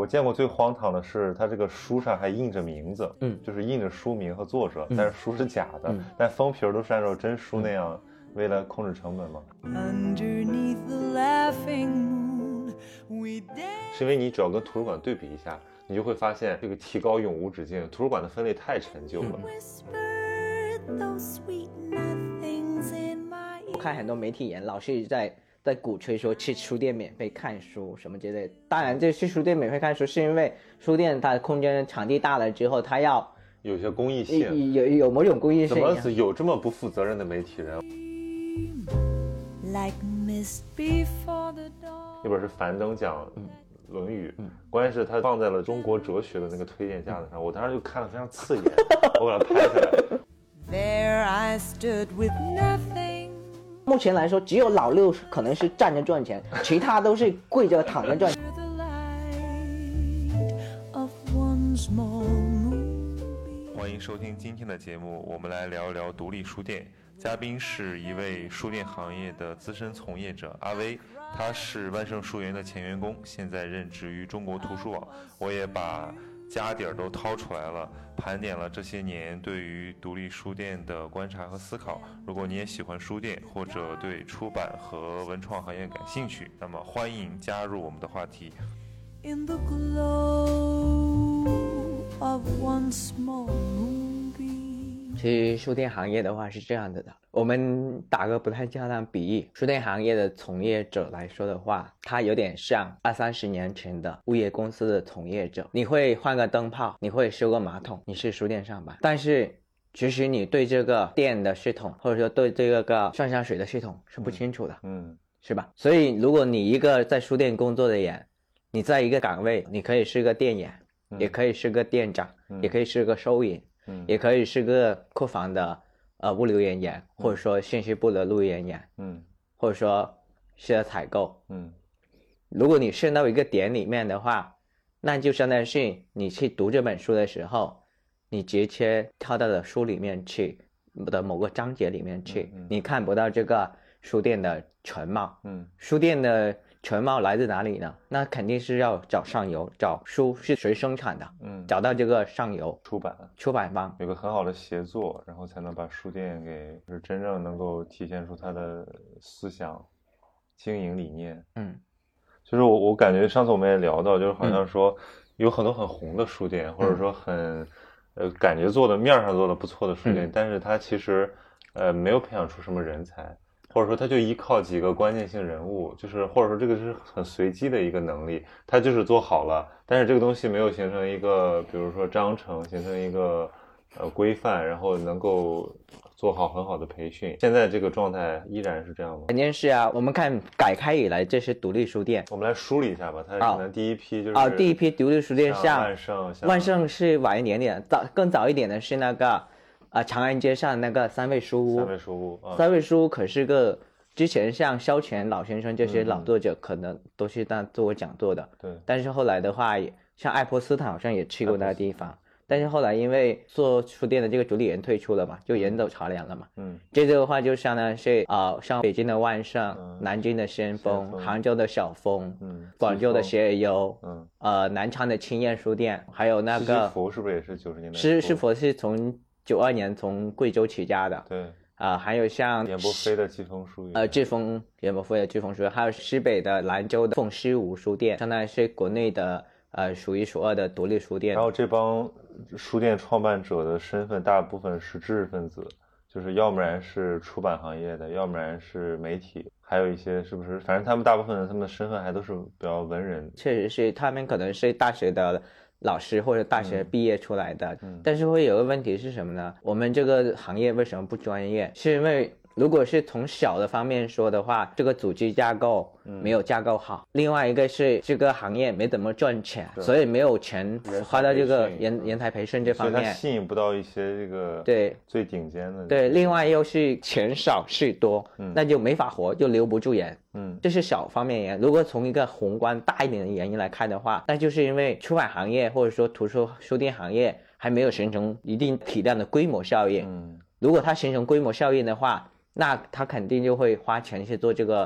见过最荒唐的是，它这个书上还印着名字，就是印着书名和作者，但是书是假的，但封皮都是按照真书那样，为了控制成本嘛。是因为你只要跟图书馆对比一下，你就会发现这个提高永无止境，图书馆的分类太陈旧了。 我看很多媒体人老是在鼓吹说去书店免费看书什么之类的。当然这去书店免费看书是因为书店它的空间场地大了之后它要有些公益性， 有某种公益性。 怎么有这么不负责任的媒体人？那本是樊登讲论语，关键是他放在了中国哲学的那个推荐架子上，我当时就看了非常刺眼，我把它拍下来。There I stood with nothing。目前来说，只有老六可能是站着赚钱，其他都是跪着躺着赚钱。 欢迎收听今天的节目，我们来聊一聊独立书店。嘉宾是一位书店行业的资深从业者阿威，他是万盛书园的前员工，现在任职于中国图书网。我也把家底儿都掏出来了，盘点了这些年对于独立书店的观察和思考。如果你也喜欢书店，或者对出版和文创行业感兴趣，那么欢迎加入我们的话题。In the glow of one small moonbeam。其实书店行业的话是这样子的，我们打个不太恰当比喻，书店行业的从业者来说的话，它有点像20-30年前的物业公司的从业者。你会换个灯泡，你会修个马桶，你是书店上班，但是其实你对这个电的系统或者说对这个上下水的系统是不清楚的，是吧？所以如果你一个在书店工作的人，你在一个岗位，你可以是个店员，也可以是个店长，也可以是个收银，也可以是个库房的物流人员，或者说信息部的录音人员，或者说是采购，如果你升到一个点里面的话，那就相当于是你去读这本书的时候，你直接跳到了书里面去的某个章节里面去，你看不到这个书店的全貌。书店的全貌来自哪里呢？那肯定是要找上游，找书是谁生产的，找到这个上游出版方有个很好的协作，然后才能把书店给就是真正能够体现出它的思想经营理念。就是我感觉上次我们也聊到，就是好像说有很多很红的书店，或者说很感觉做的面上做的不错的书店，但是它其实没有培养出什么人才，或者说他就依靠几个关键性人物，就是或者说这个是很随机的一个能力，他就是做好了，但是这个东西没有形成一个比如说章程，形成一个规范，然后能够做好很好的培训。现在这个状态依然是这样吗？ 肯定是啊，我们看改开以来这些独立书店， 我们来梳理一下吧。它可能第一批就是第一批独立书店像万盛是晚一点点，更早一点的是那个长安街上那个三味书屋。三味书屋可是个之前像萧乾老先生这些老作者可能都是在做讲座的， 对。 但是后来的话，像爱泼斯坦好像也去过那个地方，但是后来因为做书店的这个主理人退出了嘛，就人走茶凉了嘛。这个的话就相当于是像北京的万盛，南京的先锋，杭州的小峰，广州的协优，南昌的青燕书店，还有那个西佛是不是也是90年代？ 是佛是从92年从贵州起家的， 对。 还有像严伯飞的季风书院， 严伯飞的季风书院，还有西北的兰州的凤诗吴书店，相当于是国内的数一数二的独立书店。 然后这帮书店创办者的身份大部分是知识分子，就是要不然是出版行业的，要不然是媒体，还有一些是不是反正他们大部分他们的身份还都是比较文人。 确实是他们可能是大学的老师或者大学毕业出来的，但是会有个问题是什么呢？我们这个行业为什么不专业？是因为如果是从小的方面说的话，这个组织架构没有架构好，另外一个是这个行业没怎么赚钱，所以没有钱花到这个人才培训这方面， 所以它吸引不到一些这个对最顶尖的。 对，另外又是钱少事多，那就没法活，就留不住人。这是小方面原因。如果从一个宏观大一点的原因来看的话，那就是因为出版行业或者说书店行业还没有形成一定体量的规模效应。如果它形成规模效应的话，那他肯定就会花钱去做这个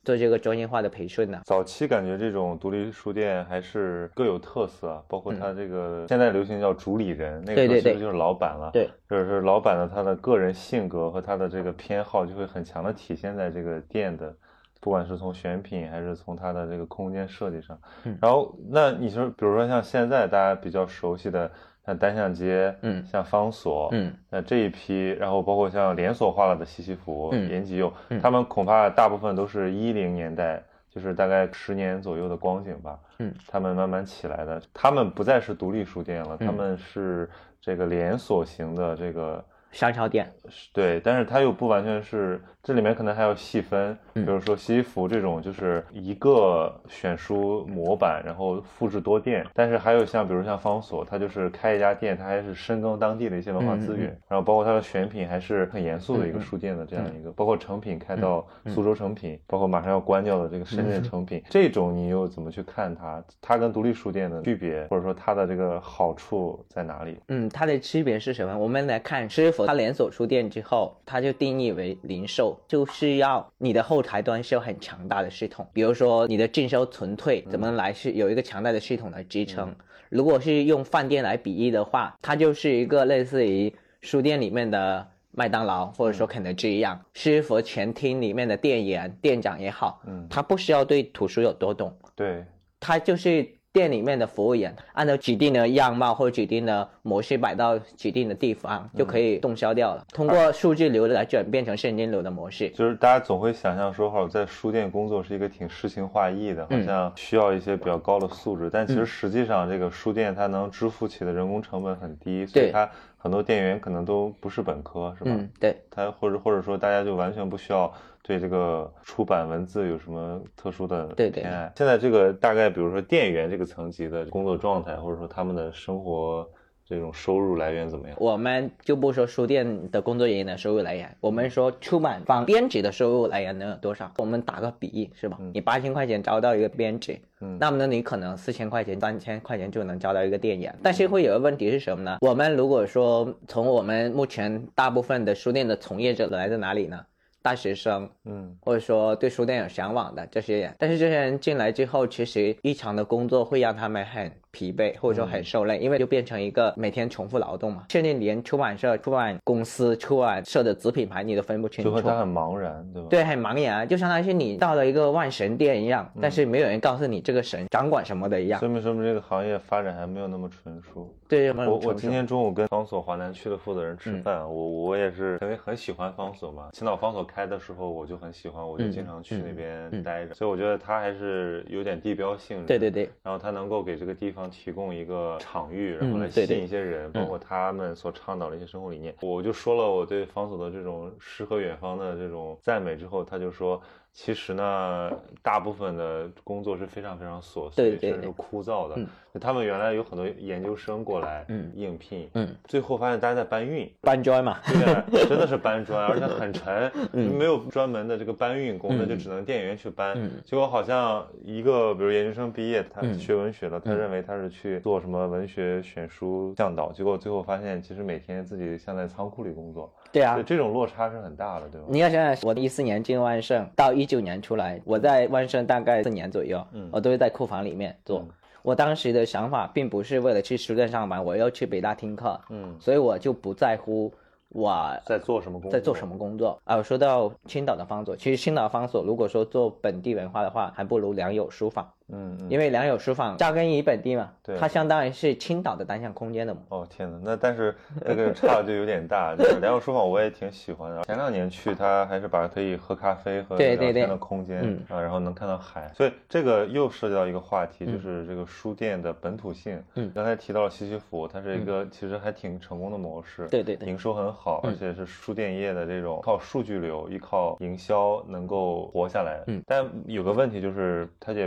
做这个专业化的培训呢？ 早期感觉这种独立书店还是各有特色，包括它这个现在流行叫主理人，那个时候其实就是老板了。 对， 就是老板的他的个人性格和他的这个偏好就会很强的体现在这个店的，不管是从选品还是从它的这个空间设计上。然后那你说比如说像现在大家比较熟悉的像单向街，像方所，那这一批，然后包括像连锁化了的西西弗、延吉柚，他们恐怕大部分都是10年代，就是大概10年左右的光景吧。他们慢慢起来的，他们不再是独立书店了，他们是这个连锁型的这个商超店。 对，但是它又不完全是，这里面可能还要细分，比如说西西弗这种就是一个选书模板，然后复制多店，但是还有像比如像方所，它就是开一家店，它还是深耕当地的一些文化资源，然后包括它的选品还是很严肃的一个书店的这样一个，包括成品开到苏州成品，包括马上要关掉的这个深圳成品，这种你又怎么去看它？它跟独立书店的区别，或者说它的这个好处在哪里？ 它的区别是什么？我们来看是否它连锁书店之后，它就定义为零售，就是要你的后台端是有很强大的系统，比如说你的进收存退怎么来是有一个强大的系统来支撑。如果是用饭店来比喻的话，它就是一个类似于书店里面的麦当劳或者说肯德基一样，西佛前厅里面的店员店长也好，他不需要对图书有多懂， 对， 他就是店里面的服务员，按照指定的样貌或者指定的模式摆到指定的地方，就可以动销掉了。通过数据流来转变成现金流的模式。 就是大家总会想象说，好像在书店工作是一个挺诗情画意的，好像需要一些比较高的素质，但其实实际上这个书店它能支付起的人工成本很低，所以它很多店员可能都不是本科，是吧？ 对， 它或者说大家就完全不需要对这个出版文字有什么特殊的偏爱。现在这个大概比如说店员这个层级的工作状态，或者说他们的生活这种收入来源怎么样？ 我们就不说书店的工作人员的收入来源，我们说出版方编辑的收入来源能有多少？我们打个比喻是吧？你8000块钱招到一个编辑，那么呢你可能4000块钱、3000块钱就能招到一个店员。但是会有个问题是什么呢？我们如果说从我们目前大部分的书店的从业者来自哪里呢？大学生，或者说对书店有向往的这些人，但是这些人进来之后，其实日常的工作会让他们很疲惫，或者说很受累，因为就变成一个每天重复劳动嘛。甚至连出版社、出版公司、出版社的子品牌你都分不清楚， 就会他很茫然，对吧？ 对，很茫然，就相当于是你到了一个万神殿一样，但是没有人告诉你这个神掌管什么的一样。 说明这个行业发展还没有那么纯熟。 对， 我今天中午跟方所华南区的负责人吃饭，我也是因为很喜欢方所嘛，青岛方所开的时候我就很喜欢，我就经常去那边待着，所以我觉得它还是有点地标性质。 对， 然后它能够给这个地方提供一个场域，然后来吸引一些人，包括他们所倡导的一些生活理念。我就说了我对方所的这种诗和远方的这种赞美之后，他就说其实呢大部分的工作是非常非常琐碎，甚至是枯燥的。他们原来有很多研究生过来应聘，最后发现大家在搬运砖嘛， 对，真的是搬砖，而且很沉，没有专门的这个搬运工，那就只能店员去搬。结果好像一个比如研究生毕业，他学文学的，他认为他是去做什么文学选书向导，结果最后发现其实每天自己像在仓库里工作。 对啊， 这种落差是很大的，对吧？ 你要想想，我14年进万盛，到19年出来，我在万盛大概4年左右，我都是在库房里面做。我当时的想法并不是为了去书店上班，我要去北大听课，所以我就不在乎我在做什么工作。我说到青岛的方所，其实青岛方所如果说做本地文化的话，还不如良友书坊。因为良友书坊扎根于本地嘛，它相当于是青岛的单向空间的。 哦天哪，那但是那个差就有点大。就是良友书坊我也挺喜欢的，前2年去它还是把可以喝咖啡和聊天的空间，然后能看到海，所以这个又涉及到一个话题，就是这个书店的本土性。刚才提到了西西弗，它是一个其实还挺成功的模式， 对， 营收很好，而且是书店业的这种靠数据流、依靠营销能够活下来。但有个问题就是，它也被大家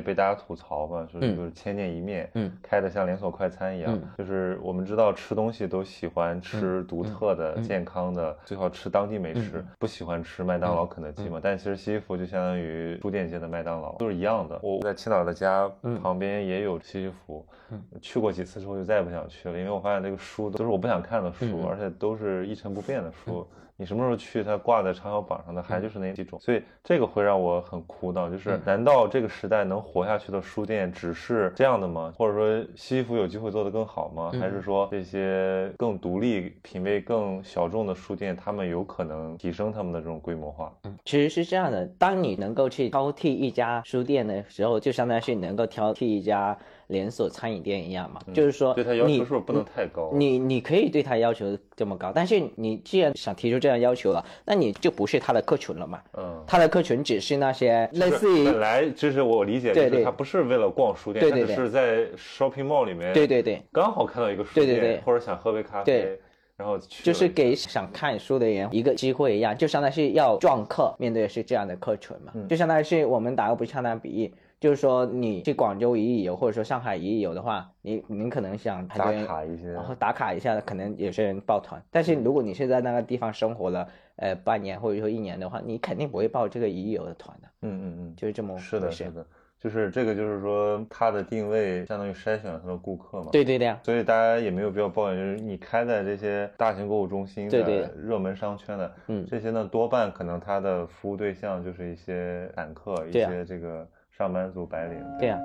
吐槽嘛，就是千店一面，开的像连锁快餐一样，就是我们知道吃东西都喜欢吃独特的、健康的，最好吃当地美食，不喜欢吃麦当劳、肯德基嘛。但其实西西弗就相当于书店界的麦当劳，都是一样的。我在青岛的家旁边也有西西弗，去过几次之后就再也不想去了，因为我发现这个书都是我不想看的书，而且都是一成不变的书。你什么时候去，它挂在畅销榜上的还就是那几种，所以这个会让我很苦恼，就是难道这个时代能活下去的书店只是这样的吗？或者说西西弗有机会做得更好吗？还是说这些更独立、品味更小众的书店，他们有可能提升他们的这种规模化？ 其实是这样的，当你能够去挑剔一家书店的时候，就相当于是能够挑剔一家连锁餐饮店一样嘛，就是说对他要求是不是不能太高？ 你可以对他要求这么高，但是你既然想提出这样要求了，那你就不是他的客群了嘛。他的客群只是那些类似于本来就是我理解，就是他不是为了逛书店，他只是在 shopping mall 里面， 对， 刚好看到一个书店，或者想喝杯咖啡。然后就是给想看书的人一个机会一样，就相当于是要撞客，面对的是这样的客群嘛，就相当于是我们打个不恰当比喻，就是说你去广州一日游或者说上海一日游的话，你可能想打卡一些， 然后打卡一下，可能有些人报团，但是如果你是在那个地方生活了半年或者说1年的话，你肯定不会报这个一日游的团的。就是这么回事。 是的。就是这个，就是说它的定位相当于筛选了它的顾客嘛。 对呀。 所以大家也没有必要抱怨，就是你开在这些大型购物中心的热门商圈的，这些呢多半可能它的服务对象就是一些坦克，一些这个上班族白领。 对呀。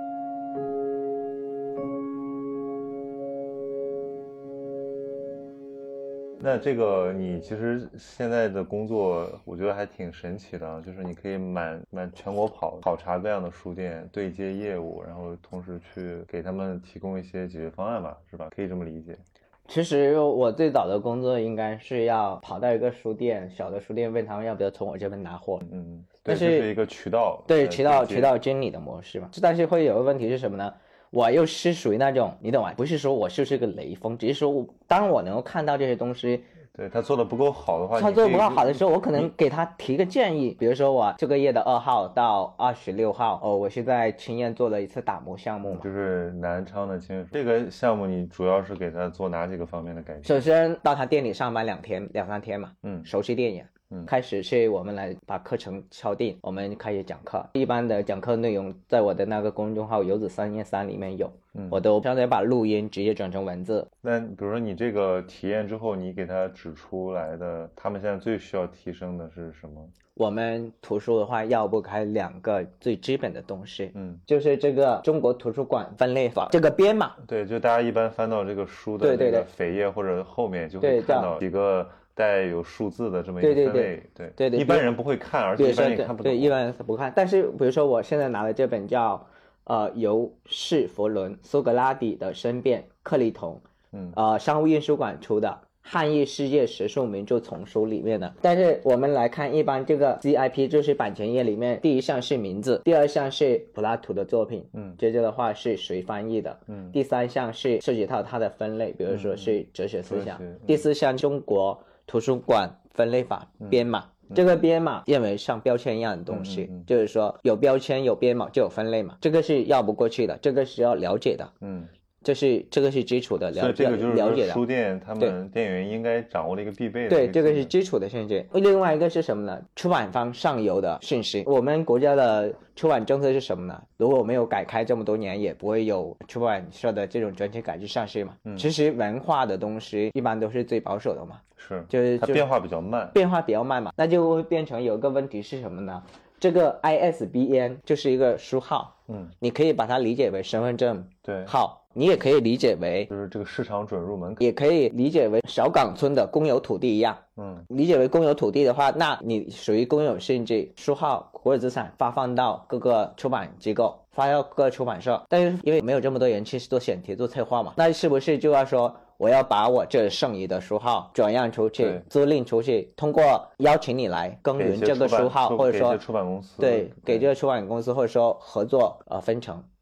那这个你其实现在的工作我觉得还挺神奇的，就是你可以满全国考察各样的书店，对接业务，然后同时去给他们提供一些解决方案吧，是吧？可以这么理解。 其实我最早的工作应该是要跑到一个书店，小的书店，问他们要不要从我这边拿货。 但是这是一个渠道， 对，渠道经理的模式嘛。但是会有个问题是什么呢？我又是属于那种，你懂吗？不是说我就是个雷锋，只是说当我能够看到这些东西， 对他做的不够好的话， 他做的不够好的时候，我可能给他提个建议，比如说我这个月的2号到26号，我是在青燕做了一次打磨项目嘛， 就是南昌的青燕这个项目，你主要是给他做哪几个方面的改进？ 首先到他店里上班2、3天嘛，熟悉店员。开始是我们来把课程敲定，我们开始讲课，一般的讲课内容在我的那个公众号游子313里面有，我都相当于把录音直接转成文字。 那比如说你这个体验之后，你给他指出来的他们现在最需要提升的是什么？ 我们图书的话要不开2个最基本的东西，就是这个中国图书馆分类法这个编码。 对，就大家一般翻到这个书的这个扉页或者后面就会看到几个带有数字的这么一个分类，对，一般人不会看，而且一般人也看不懂。 对，一般人不看。但是比如说我现在拿的这本叫由释佛伦苏格拉底的申辩克利同商务印书馆出的汉译世界学术名著丛书里面的。但是我们来看，一般这个 ZIP 就是版权页里面，第一项是名字，第2项是柏拉图的作品，接着的话是谁翻译的，第3项是涉及到它的分类，比如说是哲学思想，第4项中国图书馆分类法编码。这个编码认为像标签一样的东西，就是说有标签有编码就有分类嘛，这个是绕不过去的，这个是要了解的，这个是基础的了解的。书店他们店员应该掌握的一个必备的。 对，这个是基础的信息。另外一个是什么呢？出版方上游的信息。我们国家的出版政策是什么呢？如果没有改开这么多年，也不会有出版社的这种整体改制上市嘛。其实文化的东西一般都是最保守的嘛。 是，它变化比较慢。 变化比较慢嘛，那就会变成有一个问题是什么呢？这个 ISBN 就是一个书号，你可以把它理解为身份证号，你也可以理解为就是这个市场准入门槛， 也可以理解为小岗村的公有土地一样。理解为公有土地的话，那你属于公有性质，书号国有资产发放到各个出版机构，发到各个出版社，但是因为没有这么多人去做选题做策划嘛，那是不是就要说我要把我这剩余的书号转让出去，租赁出去，通过邀请你来耕耘这个书号，或者说出版公司， 对，给这个出版公司或者说合作分成，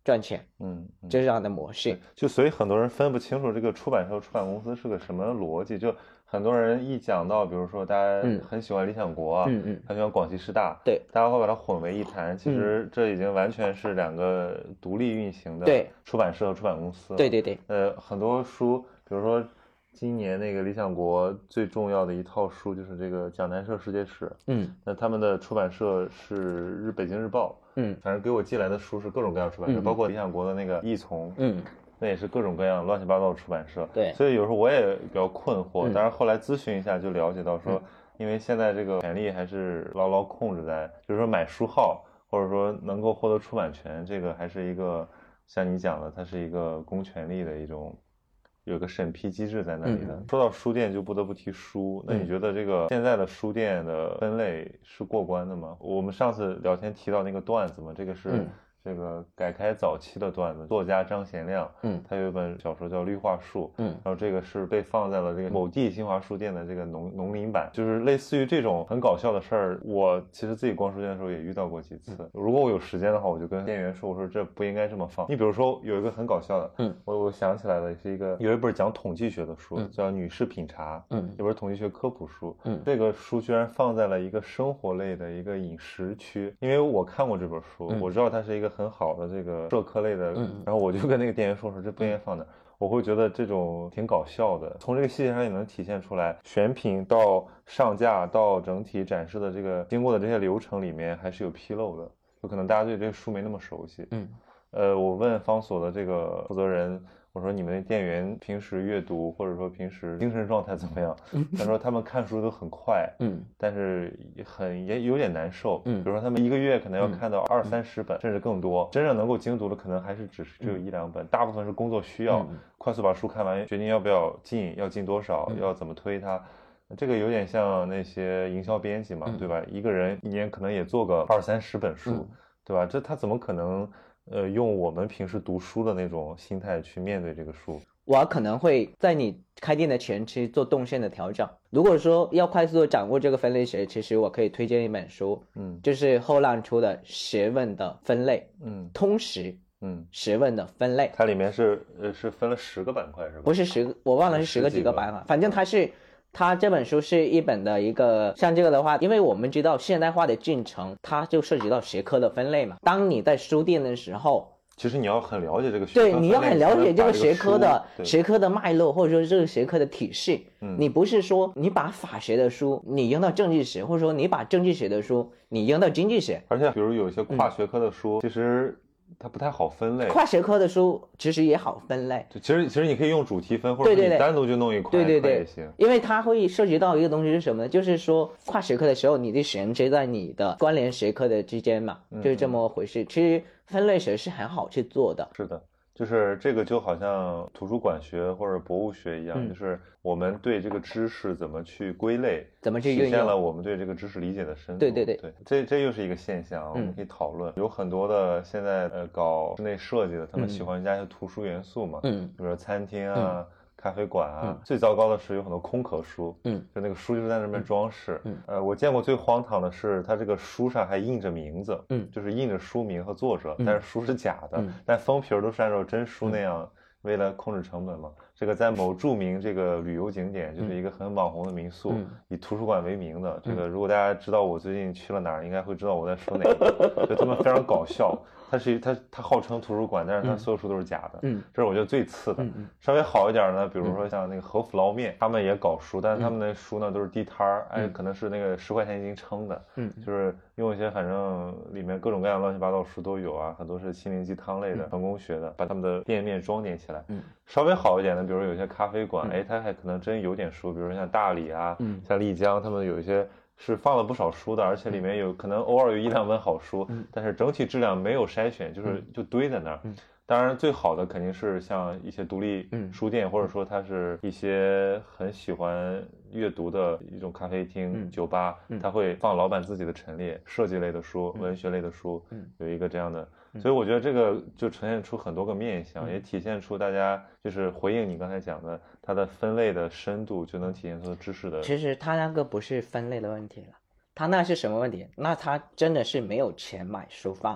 赚钱，这样的模式。 就所以很多人分不清楚这个出版社、出版公司是个什么逻辑。就很多人一讲到，比如说大家很喜欢理想国啊，很喜欢广西师大， 对， 大家会把它混为一谈。其实这已经完全是两个独立运行的出版社和出版公司。 对对对。 很多书，比如说今年那个理想国最重要的一套书就是这个讲南社世界史。那他们的出版社是北京日报。反正给我寄来的书是各种各样出版社，包括理想国的那个译丛。那也是各种各样乱七八糟的出版社。 对， 所以有时候我也比较困惑。但是后来咨询一下就了解到说，因为现在这个权利还是牢牢控制在，就是说买书号或者说能够获得出版权，这个还是一个像你讲的，它是一个公权力的一种有个审批机制在那里的。说到书店就不得不提书，那你觉得这个现在的书店的分类是过关的吗？我们上次聊天提到那个段子嘛，这个是这个改开早期的段子，作家张贤亮，他有一本小说叫《绿化树》，然后这个是被放在了这个某地新华书店的这个农林版，就是类似于这种很搞笑的事儿。我其实自己逛书店的时候也遇到过几次。如果我有时间的话，我就跟店员说，我说这不应该这么放。你比如说有一个很搞笑的，我想起来了，是有一本讲统计学的书，叫《女士品茶》，一本统计学科普书。这个书居然放在了一个生活类的一个饮食区，因为我看过这本书，我知道它是一个很好的这个社科类的，然后我就跟那个店员说这不应该放的。我会觉得这种挺搞笑的，从这个细节上也能体现出来，选品到上架到整体展示的这个经过的这些流程里面还是有纰漏的，有可能大家对这个书没那么熟悉。我问方所的这个负责人，我说你们的店员平时阅读或者说平时精神状态怎么样？他说他们看书都很快，但是也有点难受。比如说他们一个月可能要看到20-30本，甚至更多，真正能够精读的可能还是只有1-2本，大部分是工作需要，快速把书看完，决定要不要进，要进多少，要怎么推它。这个有点像那些营销编辑嘛，对吧？一个人一年可能也做个20-30本书，对吧？这他怎么可能用我们平时读书的那种心态去面对这个书？ 我可能会在你开店的前期做动线的调整。如果说要快速掌握这个分类学，其实我可以推荐一本书，就是后浪出的《学问的分类》，通识，学问的分类。 它里面是分了10个板块是吧？ 不是10个，我忘了是10个几个板块，反正它这本书是一本的一个，像这个的话，因为我们知道现代化的进程，它就涉及到学科的分类嘛。当你在书店的时候， 其实你要很了解这个学科， 对，你要很了解这个学科的脉络，或者说这个学科的体系。你不是说你把法学的书你扔到政治学，或者说你把政治学的书你扔到经济学。 而且比如有一些跨学科的书，其实它不太好分类。 跨学科的书其实也好分类， 其实你可以用主题分，或者你单独就弄一块也行。 因为它会涉及到一个东西是什么呢？就是说跨学科的时候，你得衔接在你的关联学科的之间嘛，就是这么回事。其实分类学是很好去做的。 是的，就是这个就好像图书馆学或者博物学一样，就是我们对这个知识怎么去归类， 怎么去运用， 体现了我们对这个知识理解的深度。对，这又是一个现象，我们可以讨论。有很多的现在搞室内设计的，他们喜欢加一些图书元素嘛，比如说餐厅啊。咖啡馆啊，最糟糕的是有很多空壳书，就那个书就是在那边装饰。我见过最荒唐的是，它这个书上还印着名字，就是印着书名和作者，但是书是假的，但封皮都是按照真书那样，为了控制成本嘛。这个在某著名这个旅游景点，就是一个很网红的民宿，以图书馆为名的。这个如果大家知道我最近去了哪儿，应该会知道我在说哪个。就他们非常搞笑，它号称图书馆，但是它所有书都是假的。这是我觉得最次的。稍微好一点呢，比如说像那个和府捞面，他们也搞书，但是他们的书呢都是地摊儿，可能是那个10块钱一斤称的，就是用一些反正里面各种各样乱七八糟书都有啊，很多是心灵鸡汤类的、成功学的，把他们的店面装点起来。稍微好一点的，比如有些咖啡馆，它还可能真有点书，比如像大理啊，像丽江，他们有一些是放了不少书的，而且里面有可能偶尔有1-2本好书，但是整体质量没有筛选，就堆在那儿。当然最好的肯定是像一些独立书店，或者说它是一些很喜欢阅读的一种咖啡厅、酒吧，它会放老板自己的陈列，设计类的书、文学类的书，有一个这样的。所以我觉得这个就呈现出很多个面向，也体现出大家就是回应你刚才讲的，它的分类的深度就能体现出知识的。 其实它那个不是分类的问题了，它那是什么问题？那它真的是没有钱买书放。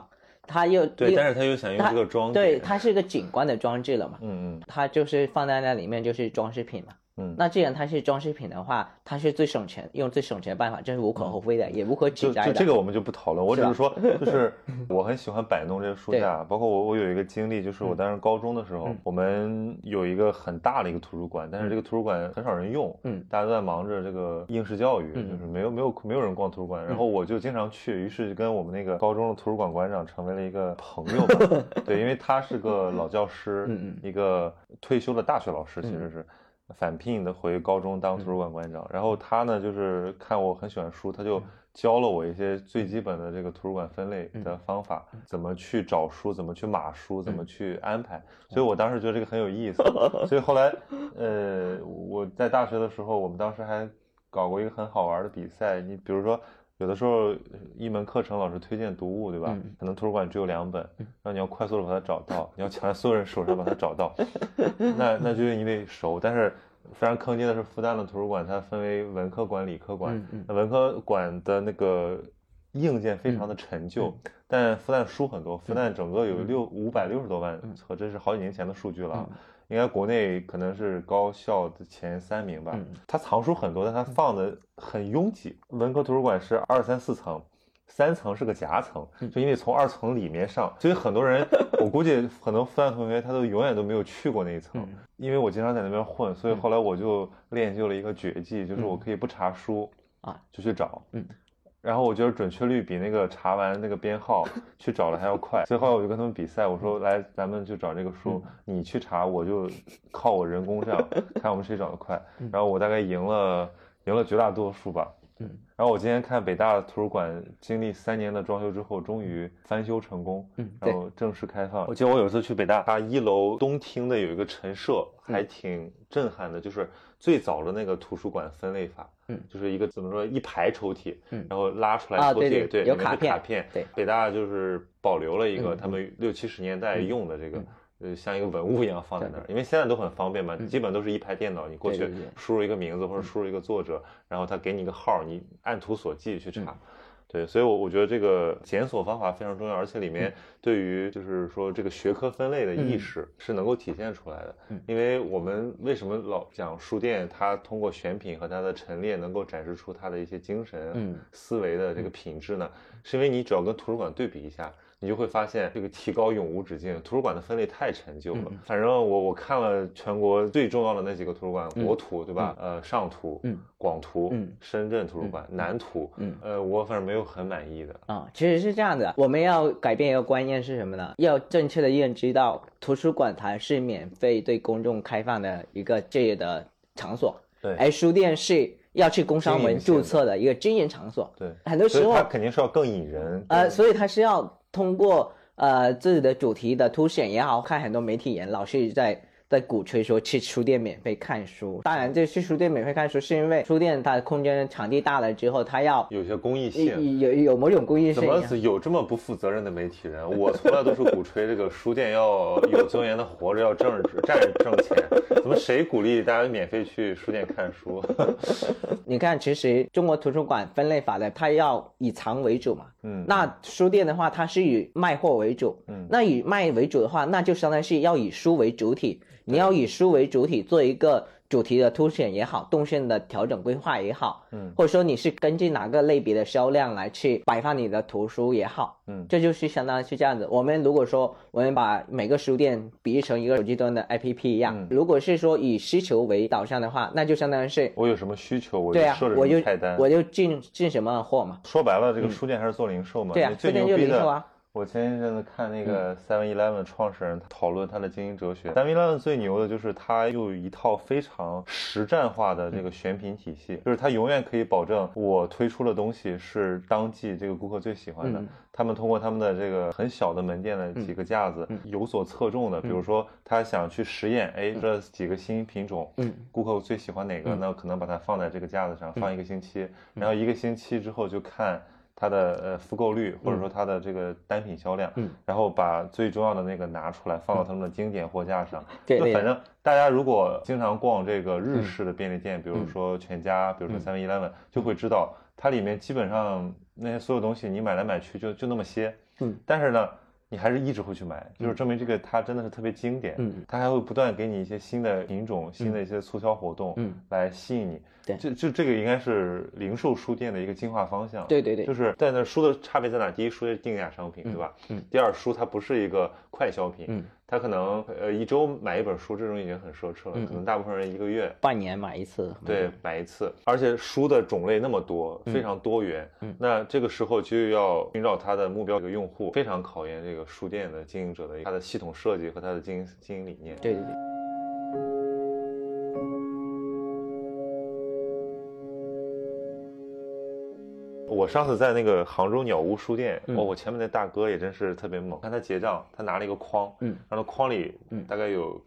它又对，但是它又想用这个装点， 对，它是个景观的装置了嘛，它就是放在那里面就是装饰品嘛。那既然它是装饰品的话，它是最省钱，用最省钱的办法，这是无可厚非的，也无可指摘的。 就这个我们就不讨论，我只是说，就是我很喜欢摆弄这个书架，包括我有一个经历，就是我当时高中的时候，我们有一个很大的一个图书馆，但是这个图书馆很少人用，大家都在忙着这个应试教育，就是没有人逛图书馆，然后我就经常去，于是跟我们那个高中的图书馆馆长成为了一个朋友吧。对，因为他是个老教师，一个退休的大学老师，其实是。返聘的回高中当图书馆馆长，然后他呢就是看我很喜欢书，他就教了我一些最基本的这个图书馆分类的方法，怎么去找书，怎么去码书，怎么去安排，所以我当时觉得这个很有意思，所以后来我在大学的时候，我们当时还搞过一个很好玩的比赛，你比如说有的时候一门课程老师推荐读物，对吧？可能图书馆只有2本，然后你要快速的把它找到，你要抢在所有人手上把它找到，那就是因为熟。但是非常坑爹的是，复旦的图书馆它分为文科馆、理科馆。那文科馆的那个硬件非常的陈旧，但复旦书很多，复旦整个有560多万册，这是好几年前的数据了。应该国内可能是高校的前3名吧。它藏书很多，但它放的很拥挤。文科图书馆是2、3、4层，3层是个夹层，就因为从2层里面上，所以很多人，我估计很多复旦同学他都永远都没有去过那一层。因为我经常在那边混，所以后来我就练就了一个绝技，就是我可以不查书就去找。然后我觉得准确率比那个查完那个编号去找了还要快，所以后来我就跟他们比赛，我说来咱们就找这个书，你去查，我就靠我人工这样看我们谁找得快。然后我大概赢了绝大多数吧。然后我今天看北大图书馆经历3年的装修之后，终于翻修成功，然后正式开放。我记得我有一次去北大，它1楼东厅的有一个陈设，还挺震撼的，就是最早的那个图书馆分类法，就是一个怎么说一排抽屉，然后拉出来抽屉，对， 有卡片，对， 北大就是保留了一个他们60、70年代用的这个。像一个文物一样放在那儿，因为现在都很方便嘛，基本都是一排电脑，你过去输入一个名字或者输入一个作者，然后他给你一个号，你按图索骥去查。对，所以我觉得这个检索方法非常重要，而且里面对于就是说这个学科分类的意识是能够体现出来的。因为我们为什么老讲书店，它通过选品和它的陈列能够展示出它的一些精神思维的这个品质呢？是因为你只要跟图书馆对比一下，你就会发现这个提高永无止境。图书馆的分类太陈旧了，反正我看了全国最重要的那几个图书馆，国图对吧？上图、广图、深圳图书馆、南图，我反正没有很满意的。 其实是这样的，我们要改变一个观念是什么呢？要正确的认知到图书馆它是免费对公众开放的一个这样的场所， 对， 而书店是要去工商门注册的一个经营场所， 对， 很多时候它肯定是要更引人， 所以它是要通过自己的主题的凸显也好，看很多媒体人老是在鼓吹说去书店免费看书。当然这去书店免费看书是因为书店它的空间场地大了之后，它要有些公益性， 有某种公益性。 怎么有这么不负责任的媒体人？我从来都是鼓吹这个书店要有尊严的活着，要挣钱。怎么谁鼓励大家免费去书店看书？ 你看，其实中国图书馆分类法的，它要以藏为主嘛。那书店的话，它是以卖货为主。那以卖为主的话，那就相当于是要以书为主体。你要以书为主体做一个主题的凸显也好，动线的调整规划也好，或者说你是根据哪个类别的销量来去摆放你的图书也好，这就是相当于是这样子。我们如果说我们把每个书店比喻成一个手机端的 APP 一样，如果是说以需求为导向的话，那就相当于是我有什么需求，我就设置什么菜单， 我就进什么货嘛。 说白了，这个书店还是做零售嘛。 对啊，书店就零售啊。 我前一阵子看那个 7-Eleven 创始人讨论他的经营哲学。7-Eleven 最牛的就是他有一套非常实战化的这个选品体系，就是他永远可以保证我推出的东西是当季这个顾客最喜欢的。他们通过他们的这个很小的门店的几个架子有所侧重的，比如说他想去实验，这几个新品种，顾客最喜欢哪个，那可能把它放在这个架子上放1个星期，然后1个星期之后就看它的复购率，或者说它的这个单品销量，然后把最重要的那个拿出来放到他们的经典货架上。 对， 反正大家如果经常逛这个日式的便利店，比如说全家，比如说 7-Eleven，就会知道它里面基本上那些所有东西你买来买去就那么些。但是呢， 你还是一直会去买，就是证明这个它真的是特别经典。它还会不断给你一些新的品种、新的一些促销活动，来吸引你。 对， 这个应该是零售书店的一个进化方向。 对对对， 就是在那书的差别在哪？第一，书是定价商品，对吧？第二，书它不是一个快消品，它可能一周买一本书，这种已经很奢侈了，可能大部分人一个月、 半年买一次。 对，买一次，而且书的种类那么多，非常多元。那这个时候就要寻找它的目标用户，非常考验这个书店的经营者的它的系统设计和它的经营理念。 对对对。 我上次在那个杭州鸟屋书店，我前面那大哥也真是特别猛。看他结账，他拿了一个筐，然后筐里大概有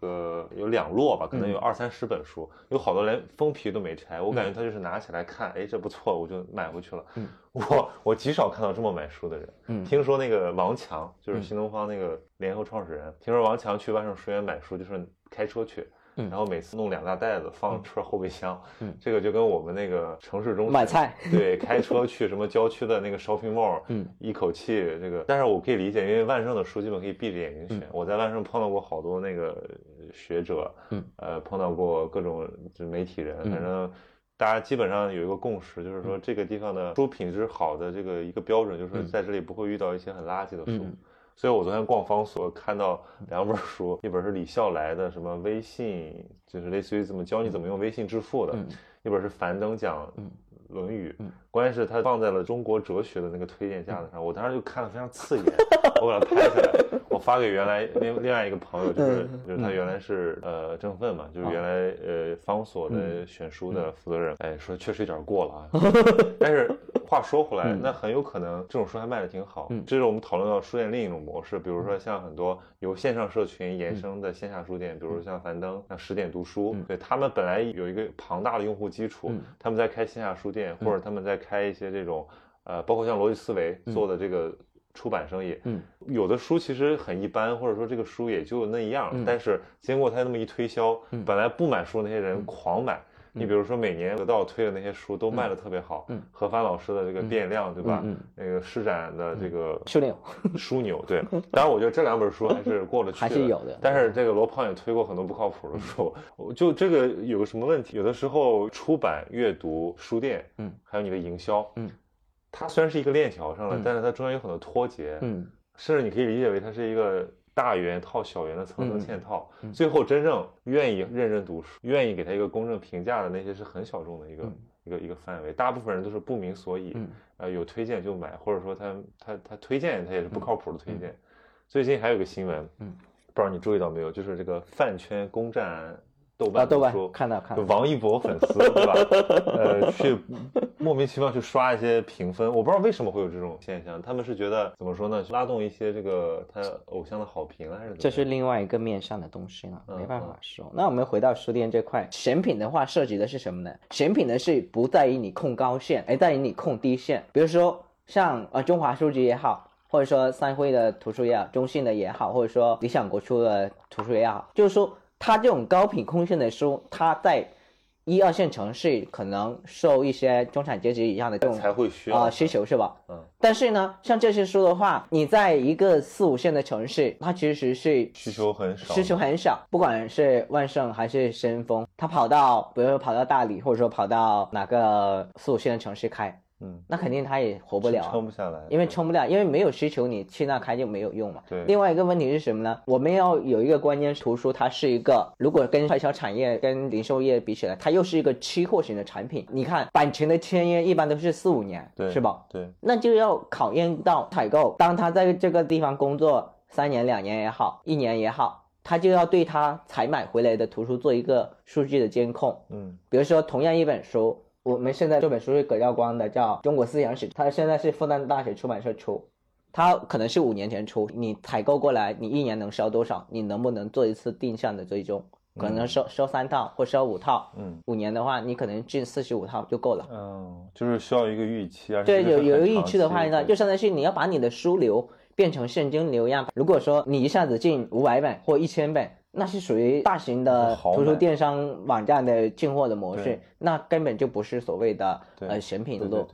2摞吧，可能有20-30本书，有好多连封皮都没拆。我感觉他就是拿起来看，哎，这不错，我就买回去了。我极少看到这么买书的人。听说那个王强，就是新东方那个联合创始人，听说王强去万盛书院买书就是开车去。然后每次弄2大袋子放车后备箱，这个就跟我们那个城市中买菜， 对，开车去什么郊区的那个 shopping mall，一口气这个，但是我可以理解，因为万盛的书基本可以闭着眼睛选。我在万盛碰到过好多那个学者，碰到过各种媒体人，反正大家基本上有一个共识，就是说这个地方的书品质好的这个一个标准，就是在这里不会遇到一些很垃圾的书。所以我昨天逛方所看到2本书，一本是李笑来的什么微信，就是类似于怎么教你怎么用微信致富的，一本是樊登讲论语，关键是他放在了中国哲学的那个推荐架子上，我当时就看了非常刺眼，我把它拍下来，我发给原来另外一个朋友，就是他原来是郑奋嘛，就是原来方所的选书的负责人，哎，说确实有点过了啊，但是话说回来，那很有可能这种书还卖得挺好。这是我们讨论到书店另一种模式，比如说像很多由线上社群延伸的线下书店，比如像樊登、像10点读书，对，他们本来有一个庞大的用户基础，他们在开线下书店，或者他们在开一些这种包括像逻辑思维做的这个出版生意，有的书其实很一般，或者说这个书也就那样，但是经过他那么一推销，本来不买书的那些人狂买。你比如说每年得到推的那些书都卖得特别好，何帆老师的这个变量，对吧？那个施展的这个枢纽，对。当然我觉得这2本书还是过得去的， 还是有的。 但是这个罗胖也推过很多不靠谱的书，就这个有个什么问题？有的时候出版、阅读、书店，还有你的营销，它虽然是一个链条上的，但是它中间有很多脱节，甚至你可以理解为它是一个大圆套小圆的层层嵌套，最后真正愿意认真读书，愿意给他一个公正评价的那些是很小众的一个范围，大部分人都是不明所以，有推荐就买，或者说他推荐他也是不靠谱的推荐。最近还有个新闻，不知道你注意到没有，就是这个饭圈攻占豆瓣书， 看到王一博粉丝对吧？去莫名其妙去刷一些评分，我不知道为什么会有这种现象，他们是觉得怎么说呢？拉动一些这个他偶像的好评还是怎么？ 这是另外一个面上的东西了，没办法说。那我们回到书店这块，选品的话涉及的是什么呢？选品的是不在于你控高线，而在于你控低线。比如说像中华书局也好，或者说三辉的图书也好，中信的也好，或者说理想国出的图书也好，就是说它这种高品控线的书，它在1、2线城市可能受一些中产阶级以上的这种才会需要需求是吧？但是呢，像这些书的话，你在一个4、5线的城市，它其实是需求很少， 不管是万盛还是申丰，它比如说跑到大理，或者说跑到哪个4、5线的城市开。那肯定它也活不了， 撑不下来， 因为撑不了，因为没有需求，你去那开就没有用嘛。 对。 另外一个问题是什么呢？我们要有一个观念，图书它是一个，如果跟快消产业、跟零售业比起来，它又是一个期货型的产品。你看版权的签约一般都是4、5年，是吧？ 对。 那就要考验到采购，当他在这个地方工作3年、2年也好，1年也好，他就要对他采买回来的图书做一个数据的监控。比如说同样一本书。我们现在这本书是葛耀光的，叫《中国思想史》，它现在是复旦大学出版社出，它可能是5年前出，你采购过来，你1年能销多少？你能不能做一次定向的追踪？可能收3套或收5套，5年的话，你可能进45套就够了。 就是需要一个预期， 对，有一个预期的话呢，就相当于是你要把你的书流变成现金流一样。如果说你一下子进500本或1000本。那是属于大型的图书电商网站的进货的模式，那根本就不是所谓的选品的路。 对，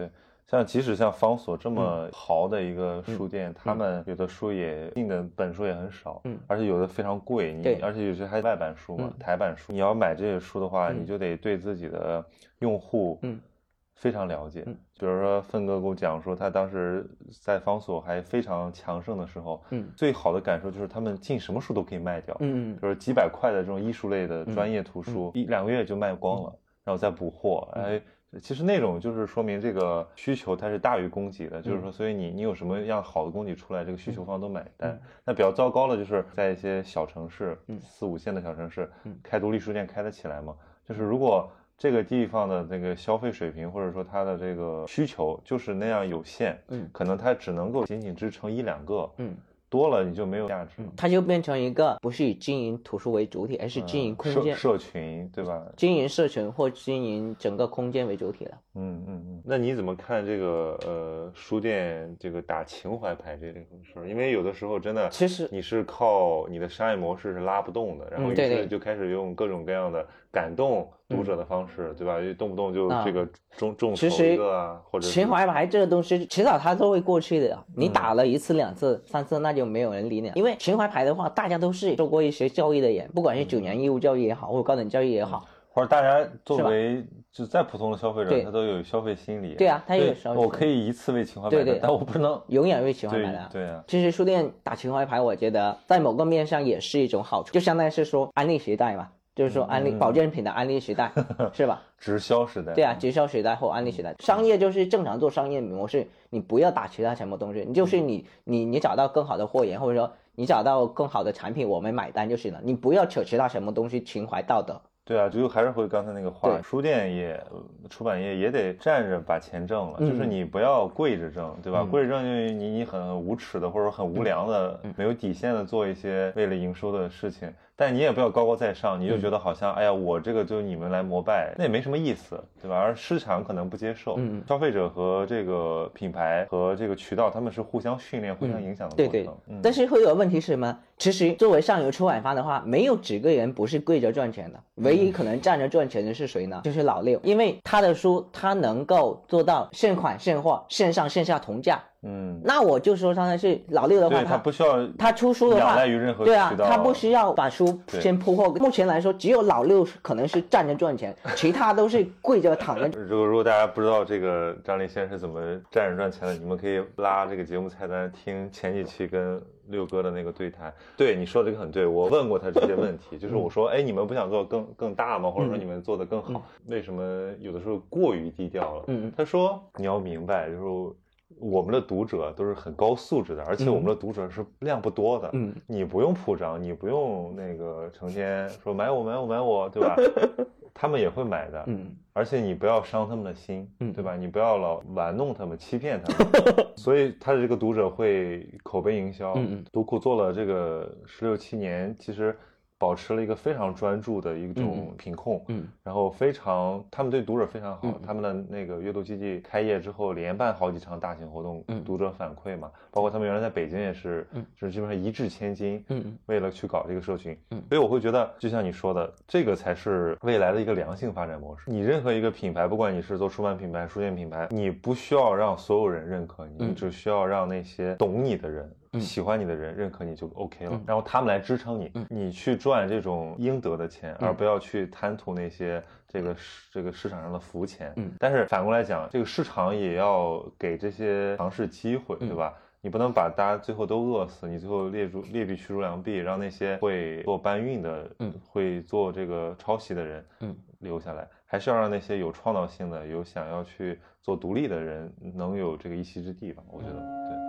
像即使像方所这么豪的一个书店，他们有的书也进的本书也很少，而且有的非常贵，而且有些还外版书嘛，台版书，你要买这些书的话，你就得对自己的用户非常了解。比如说奋哥给我讲说，他当时在方所还非常强盛的时候，最好的感受就是他们进什么书都可以卖掉，比如几百块的这种艺术类的专业图书，1-2个月就卖光了，然后再补货，其实那种就是说明这个需求它是大于供给的，就是说，所以你有什么样好的供给出来，这个需求方都买单。那比较糟糕的就是在一些小城市，4-5线的小城市，开独立书店开得起来吗？就是如果这个地方的那个消费水平，或者说它的这个需求就是那样有限，可能它只能够仅仅支撑1-2个，多了你就没有价值， 它就变成一个不是以经营图书为主体，而是经营空间、 社群，对吧？ 经营社群或经营整个空间为主体了。 那你怎么看这个书店这个打情怀牌这回事？因为有的时候真的， 其实你是靠你的商业模式是拉不动的，然后于是就开始用各种各样的感动读者的方式，对吧？动不动就这个众筹一个啊，或者情怀牌这个东西，迟早它都会过去的。你打了1次、2次、3次，那就没有人理你了。因为情怀牌的话，大家都是受过一些教育的人，不管是9年义务教育也好，或者高等教育也好， 或者大家作为就再普通的消费者，他都有消费心理。 对啊，他有消费。 我可以一次为情怀买单，但我不能永远为情怀买单。 对啊， 其实书店打情怀牌，我觉得在某个面上也是一种好处，就相当于是说安利时代嘛。就是说安利保健品的安利时代是吧？ 直销时代。 对啊，直销时代或安利时代。商业就是正常做商业模式，你不要打其他什么东西，你就是你找到更好的货源，或者说你找到更好的产品，我们买单就行了。你不要扯其他什么东西，情怀道德。 对啊，就还是回刚才那个话，书店出版业也得站着把钱挣了，就是你不要跪着挣，对吧？跪着挣就是你很无耻的或者很无良的、没有底线的做一些为了营收的事情。但你也不要高高在上，你就觉得好像哎呀，我这个就你们来膜拜，那也没什么意思，对吧？而市场可能不接受，消费者和这个品牌和这个渠道，他们是互相训练、互相影响的过程。 对。但是会有问题是什么？其实作为上游出版方的话，没有几个人不是跪着赚钱的，唯一可能站着赚钱的是谁呢？就是老六，因为他的书他能够做到现款现货、线上线下同价。那我就说他是老六的话， 他不需要他出书的话， 仰赖于任何渠道， 对啊，他不需要把书先铺货。目前来说，只有老六可能是站着赚钱，其他都是跪着躺着。 如果大家不知道这个张力先生是怎么站着赚钱的，你们可以拉这个节目菜单听前几期跟六哥的那个对谈。对，你说的这个很对，我问过他这些问题，就是我说，哎，你们不想做更大吗？或者说你们做得更好，为什么有的时候过于低调了？他说你要明白，就是我们的读者都是很高素质的，而且我们的读者是量不多的。你不用铺张，你不用那个成天说买我，对吧？他们也会买的。而且你不要伤他们的心，对吧？你不要老玩弄他们、欺骗他们。所以他的这个读者会口碑营销，读库做了这个16-17年，其实保持了一个非常专注的一种品控，然后他们对读者非常好，他们的那个阅读基地开业之后连办好几场大型活动，读者反馈嘛，包括他们原来在北京也是，就是基本上一掷千金，为了去搞这个社群，所以我会觉得，就像你说的，这个才是未来的一个良性发展模式。你任何一个品牌，不管你是做出版品牌、书店品牌，你不需要让所有人认可你，你只需要让那些懂你的人。喜欢你的人认可你就 OK 了，然后他们来支撑你，你去赚这种应得的钱，而不要去贪图那些这个市场上的浮钱。但是反过来讲，这个市场也要给这些尝试机会，对吧？你不能把大家最后都饿死，你最后劣币驱逐良币，让那些会做搬运的，会做这个抄袭的人，留下来，还是要让那些有创造性的、有想要去做独立的人能有这个一席之地吧？我觉得对。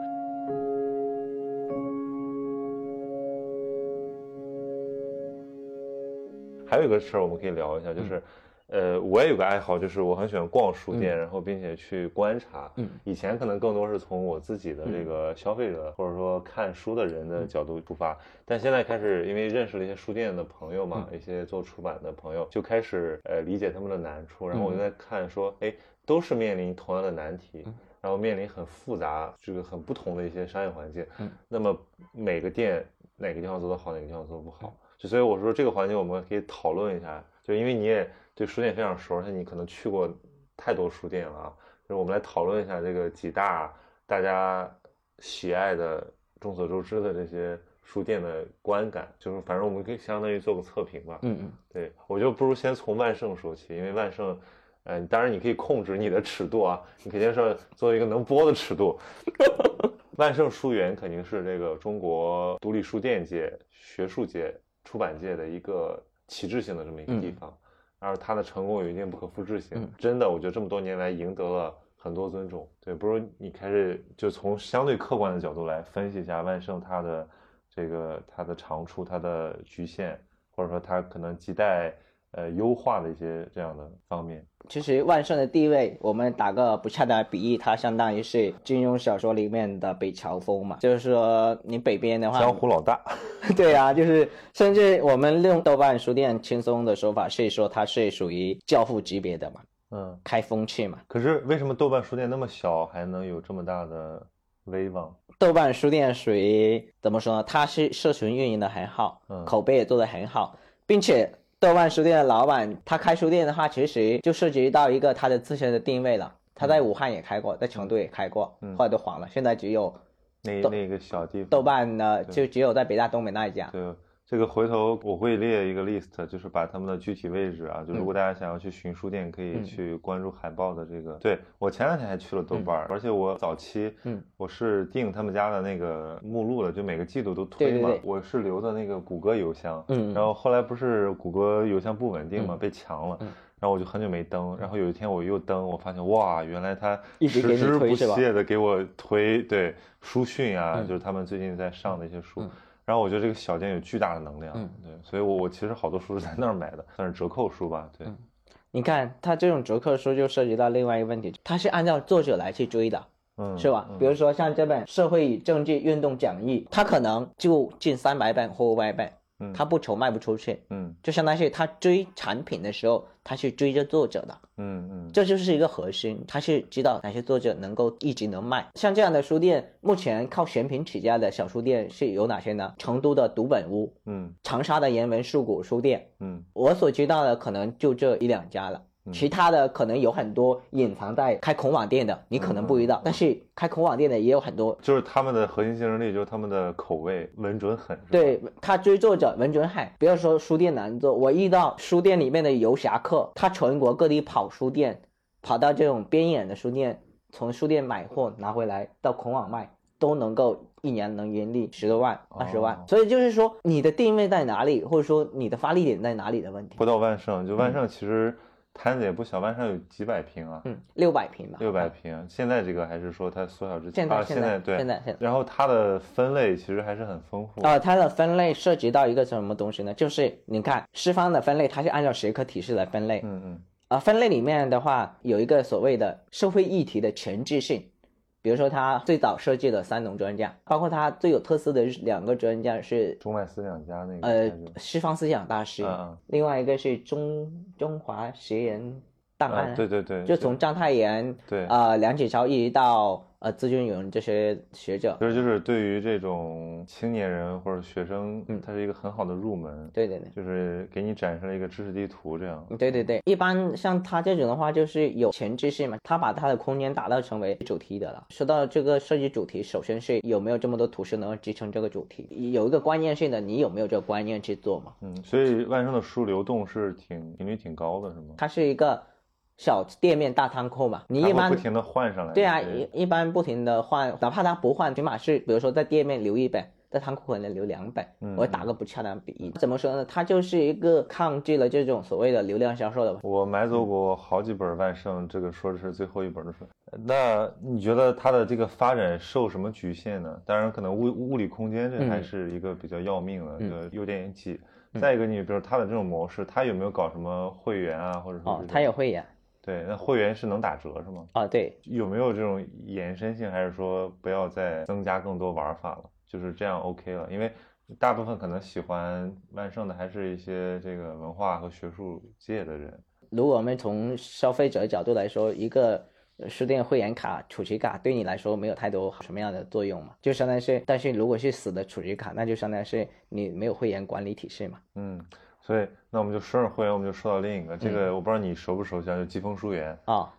还有一个事儿我们可以聊一下，就是我也有个爱好，就是我很喜欢逛书店，然后并且去观察。以前可能更多是从我自己的这个消费者或者说看书的人的角度出发，但现在开始因为认识了一些书店的朋友嘛，一些做出版的朋友，就开始理解他们的难处，然后我就在看说，哎，都是面临同样的难题，然后面临很复杂这个很不同的一些商业环境，那么每个店哪个地方做得好，哪个地方做得不好。所以我说这个环节我们可以讨论一下，就因为你也对书店非常熟，而且你可能去过太多书店了啊， 就是我们来讨论一下这个几大大家喜爱的众所周知的这些书店的观感，就是反正我们可以相当于做个测评吧。对，我就不如先从万盛说起，因为万盛当然你可以控制你的尺度啊，你肯定是做一个能播的尺度。万盛书园肯定是这个中国独立书店界、学术界、出版界的一个旗帜性的这么一个地方，而它的成功有一定不可复制性。真的，我觉得这么多年来赢得了很多尊重。对，不如你开始就从相对客观的角度来分析一下万盛它的它的长处、它的局限，或者说它可能亟待优化的一些这样的方面。 其实万盛的地位，我们打个不恰当的比喻，它相当于是金庸小说里面的北乔峰嘛，就是说你北边的话， 江湖老大。 对啊，就是甚至我们用豆瓣书店轻松的说法是说它是属于教父级别的嘛，开风气嘛。 可是为什么豆瓣书店那么小还能有这么大的威望？ 豆瓣书店属于怎么说呢？它是社群运营的很好，口碑也做得很好，并且豆瓣书店的老板他开书店的话，其实就涉及到一个他的自身的定位了。他在武汉也开过，在成都也开过，后来都黄了，现在只有那个小地方， 豆瓣呢就只有在北大东北那一家。 对，这个回头我会列一个 list， 就是把他们的具体位置啊，就如果大家想要去寻书店，可以去关注海报的这个。对，我前两天还去了豆瓣，而且我早期我是订他们家的那个目录的，就每个季度都推嘛。我是留的那个谷歌邮箱，然后后来不是谷歌邮箱不稳定嘛，被抢了。然后我就很久没登，然后有一天我又登，我发现哇，原来他持之不懈的给我推，对，书讯啊，就是他们最近在上的一些书。然后我觉得这个小店有巨大的能量，对，所以我其实好多书是在那儿买的，算是折扣书吧，对。 你看它这种折扣书就涉及到另外一个问题，它是按照作者来去追的，是吧？比如说像这本《社会与政治运动讲义》，它可能就近300本或500本。他不愁卖不出去，就相当于他追产品的时候，他是追着作者的，这就是一个核心，他是知道哪些作者能够一直能卖。像这样的书店，目前靠选品起家的小书店是有哪些呢？成都的读本屋，长沙的人文树谷书店，我所知道的可能就这1-2家了。其他的可能有很多隐藏在开孔网店的，你可能不知道，但是开孔网店的也有很多， 就是他们的核心竞争力就是他们的口味稳准狠。 对，他追作者稳准狠。不要说书店难做，我遇到书店里面的游侠客，他全国各地跑书店，跑到这种边远的书店，从书店买货拿回来到孔网卖，都能够一年能盈利10多万、20万。所以就是说你的定位在哪里，或者说你的发力点在哪里的问题。 回到万盛，就万盛其实摊子也不小，万盛有几百平啊 ，600平吧 ，600平。现在这个还是说它缩小之前？ 现在对， 现在。 然后它的分类其实还是很丰富它的分类涉及到一个什么东西呢？就是你看师范的分类，它是按照学科体系来分类，分类里面的话有一个所谓的社会议题的前置性。比如说他最早设计的3种专家，包括他最有特色的2个专家是中外思想家那个西方思想大师，另外一个是中华邪人档案， 对， 就从章太炎梁启超一直到资军勇这些学者， 其实就是对于这种青年人或者学生，它是一个很好的入门。 对， 就是给你展示了一个知识地图这样。 对，一般像他这种的话，就是有前置性嘛，他把他的空间打造成为主题的了。说到这个设计主题，首先是有没有这么多图示能够支撑这个主题，有一个观念性的，你有没有这个观念去做嘛？ 所以万盛的书流动是频率挺高的，是吗？ 它是一个小店面大仓库嘛，你一般不停的换上来。 对啊，一般不停的换，哪怕他不换，起码是比如说在店面留1本，在仓库可能留2本。我打个不恰当比喻，怎么说呢？它就是一个抗拒了这种所谓的流量销售的。 我买走过好几本万盛，这个说的是最后一本的书。那你觉得它的这个发展受什么局限呢？当然，可能物理空间这还是一个比较要命的，有点挤。再一个，你比如它的这种模式，它有没有搞什么会员啊，或者说它有会员。 对，那会员是能打折是吗？ 对。 有没有这种延伸性，还是说不要再增加更多玩法了？就是这样 OK 了？因为大部分可能喜欢万盛的还是一些这个文化和学术界的人。 如果我们从消费者的角度来说，一个书店会员卡、储值卡对你来说没有太多什么样的作用嘛？就相当于是，但是如果是死的储值卡，那就相当于是你没有会员管理体系嘛。 所以那我们就说上会员，我们就说到另一个，这个我不知道你熟不熟悉，就疾风书园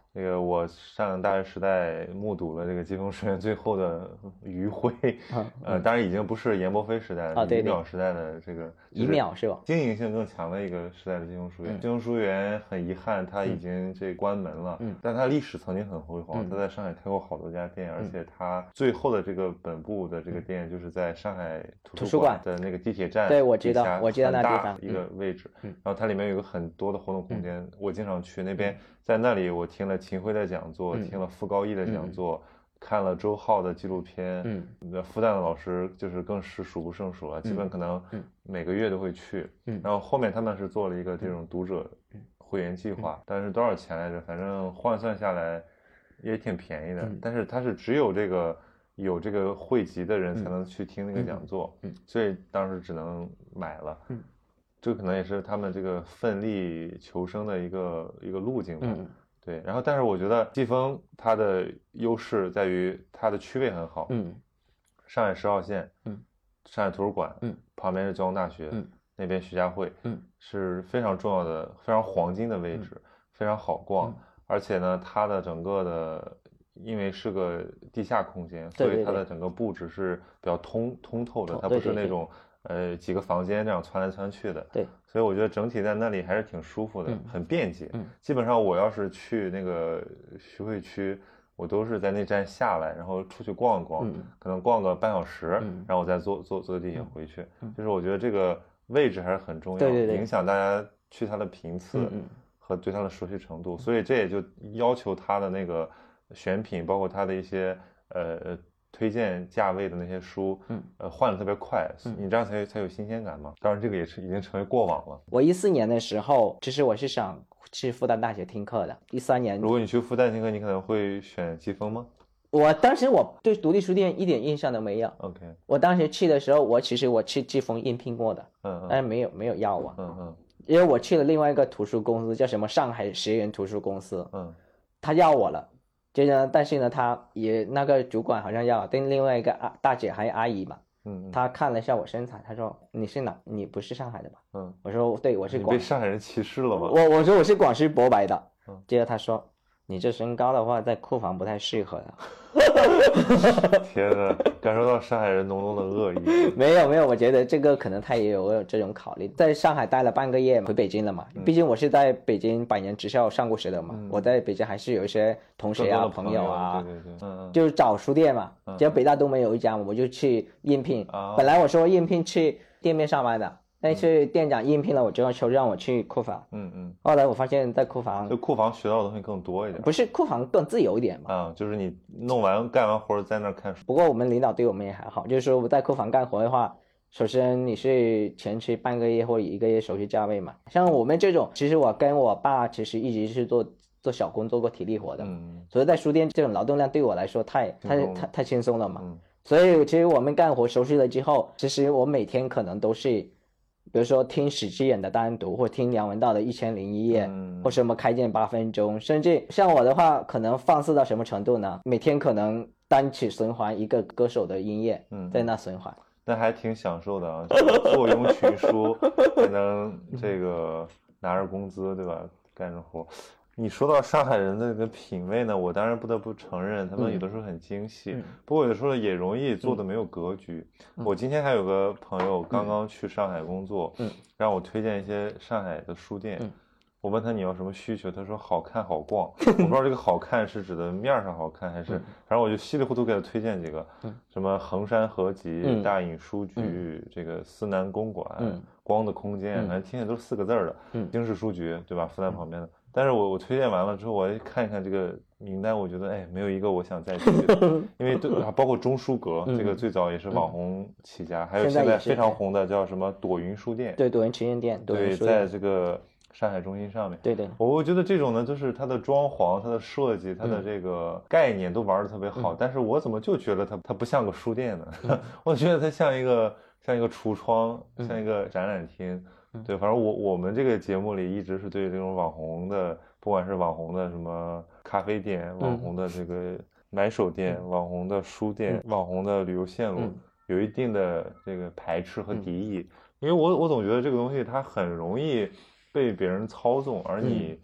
这个我上大学时代目睹了这个季风书院最后的余晖，当然已经不是严伯飞时代了， 对乙淼时代的这个乙淼是吧？ 经营性更强的一个时代的季风书院。季风书院很遗憾，它已经这关门了，但它历史曾经很辉煌，它在上海开过好多家店，而且它最后的这个本部的这个店就是在上海图书馆的那个地铁站， 对，我知道那地方一个位置，然后它里面有个很多的活动空间，我经常去那边，在那里我听了秦晖的讲座，听了傅高义的讲座，看了周浩的纪录片，复旦的老师就是更是数不胜数了，基本可能每个月都会去，然后后面他们是做了一个这种读者会员计划，但是多少钱来着？反正换算下来也挺便宜的，但是它是只有这个有这个会籍的人才能去听那个讲座，所以当时只能买了，这可能也是他们这个奋力求生的一个路径吧。对，然后但是我觉得季风它的优势在于它的区位很好，上海10号线，上海图书馆，旁边是交通大学，那边徐家汇，是非常重要的、非常黄金的位置，非常好逛，而且呢，它的整个的因为是个地下空间，所以它的整个布置是比较通透的，它不是那种几个房间这样窜来窜去的， 对， 所以我觉得整体在那里还是挺舒服的，很便捷。基本上我要是去那个徐汇区，我都是在那站下来，然后出去逛一逛，可能逛个半小时，然后我再坐地铁回去。就是我觉得这个位置还是很重要，影响大家去它的频次和对它的熟悉程度，所以这也就要求它的那个选品，包括它的一些推荐价位的那些书，换的特别快，你这样才有新鲜感嘛。当然，这个也是已经成为过往了。 我14年的时候，其实我是想去复旦大学听课的。13年， 如果你去复旦听课，你可能会选季风吗？ 当时我对独立书店一点印象都没有。 OK， 我当时去的时候，我去季风应聘过的，但是没有要我。因为我去了另外一个图书公司，叫什么上海学园图书公司，他要我了。但是呢，他也那个主管好像要跟另外一个大姐还有阿姨嘛，他看了一下我身材，他说你是哪？你不是上海的吧？我说对，我是广。 你被上海人歧视了吗？ 我说我是广西博白的，接着他说你这身高的话，在库房不太适合的。 天哪，感受到上海人浓浓的恶意。 没有，我觉得这个可能他也有这种考虑。在上海待了半个月，回北京了嘛，毕竟我是在北京百年职校上过学的嘛，我在北京还是有一些同学啊、朋友啊，就是找书店嘛，结果北大都没有一家，我就去应聘。本来我说应聘去店面上班的。但是店长应聘了我之后，就让我去库房。后来我发现，在库房， 就库房学到的东西更多一点。 不是库房更自由一点嘛？ 就是你干完活在那儿看书。 不过我们领导对我们也还好，就是说我在库房干活的话，首先你是前期半个月或1个月手续价位嘛。像我们这种，其实我跟我爸其实一直是做小工，做过体力活的，所以在书店这种劳动量对我来说太轻松了嘛。所以其实我们干活熟悉了之后，其实我每天可能都是。比如说听史之远的单独，或听梁文道的1001夜，或什么开卷8分钟，甚至像我的话，可能放肆到什么程度呢？每天可能单曲循环一个歌手的音乐，在那循环， 那还挺享受的啊，坐拥群书，还能这个拿着工资，对吧？干着活。你说到上海人的这个品味呢，我当然不得不承认，他们有的时候很精细，不过有的时候也容易做的没有格局。我今天还有个朋友刚刚去上海工作，让我推荐一些上海的书店。我问他你有什么需求，他说好看好逛。我不知道这个好看是指的面上好看，还是反正我就稀里糊涂给他推荐几个，什么衡山合集、大隐书局、这个思南公馆、光的空间，反正听起来都是4个字的。经世书局，对吧？复旦旁边的。但是我推荐完了之后，我看一看这个名单，我觉得没有一个我想再去的，因为包括中书阁，这个最早也是网红起家，还有现在非常红的叫什么朵云书店， 对，朵云旗舰店， 对，在这个上海中心上面， 对， 我觉得这种呢，就是它的装潢、它的设计、它的这个概念都玩得特别好，但是我怎么就觉得它不像个书店呢？我觉得它像一个橱窗，像一个展览厅。对，反正我们这个节目里一直是对这种网红的，不管是网红的什么咖啡店、网红的这个买手店、网红的书店、网红的旅游线路，有一定的这个排斥和敌意，因为我总觉得这个东西它很容易被别人操纵，而你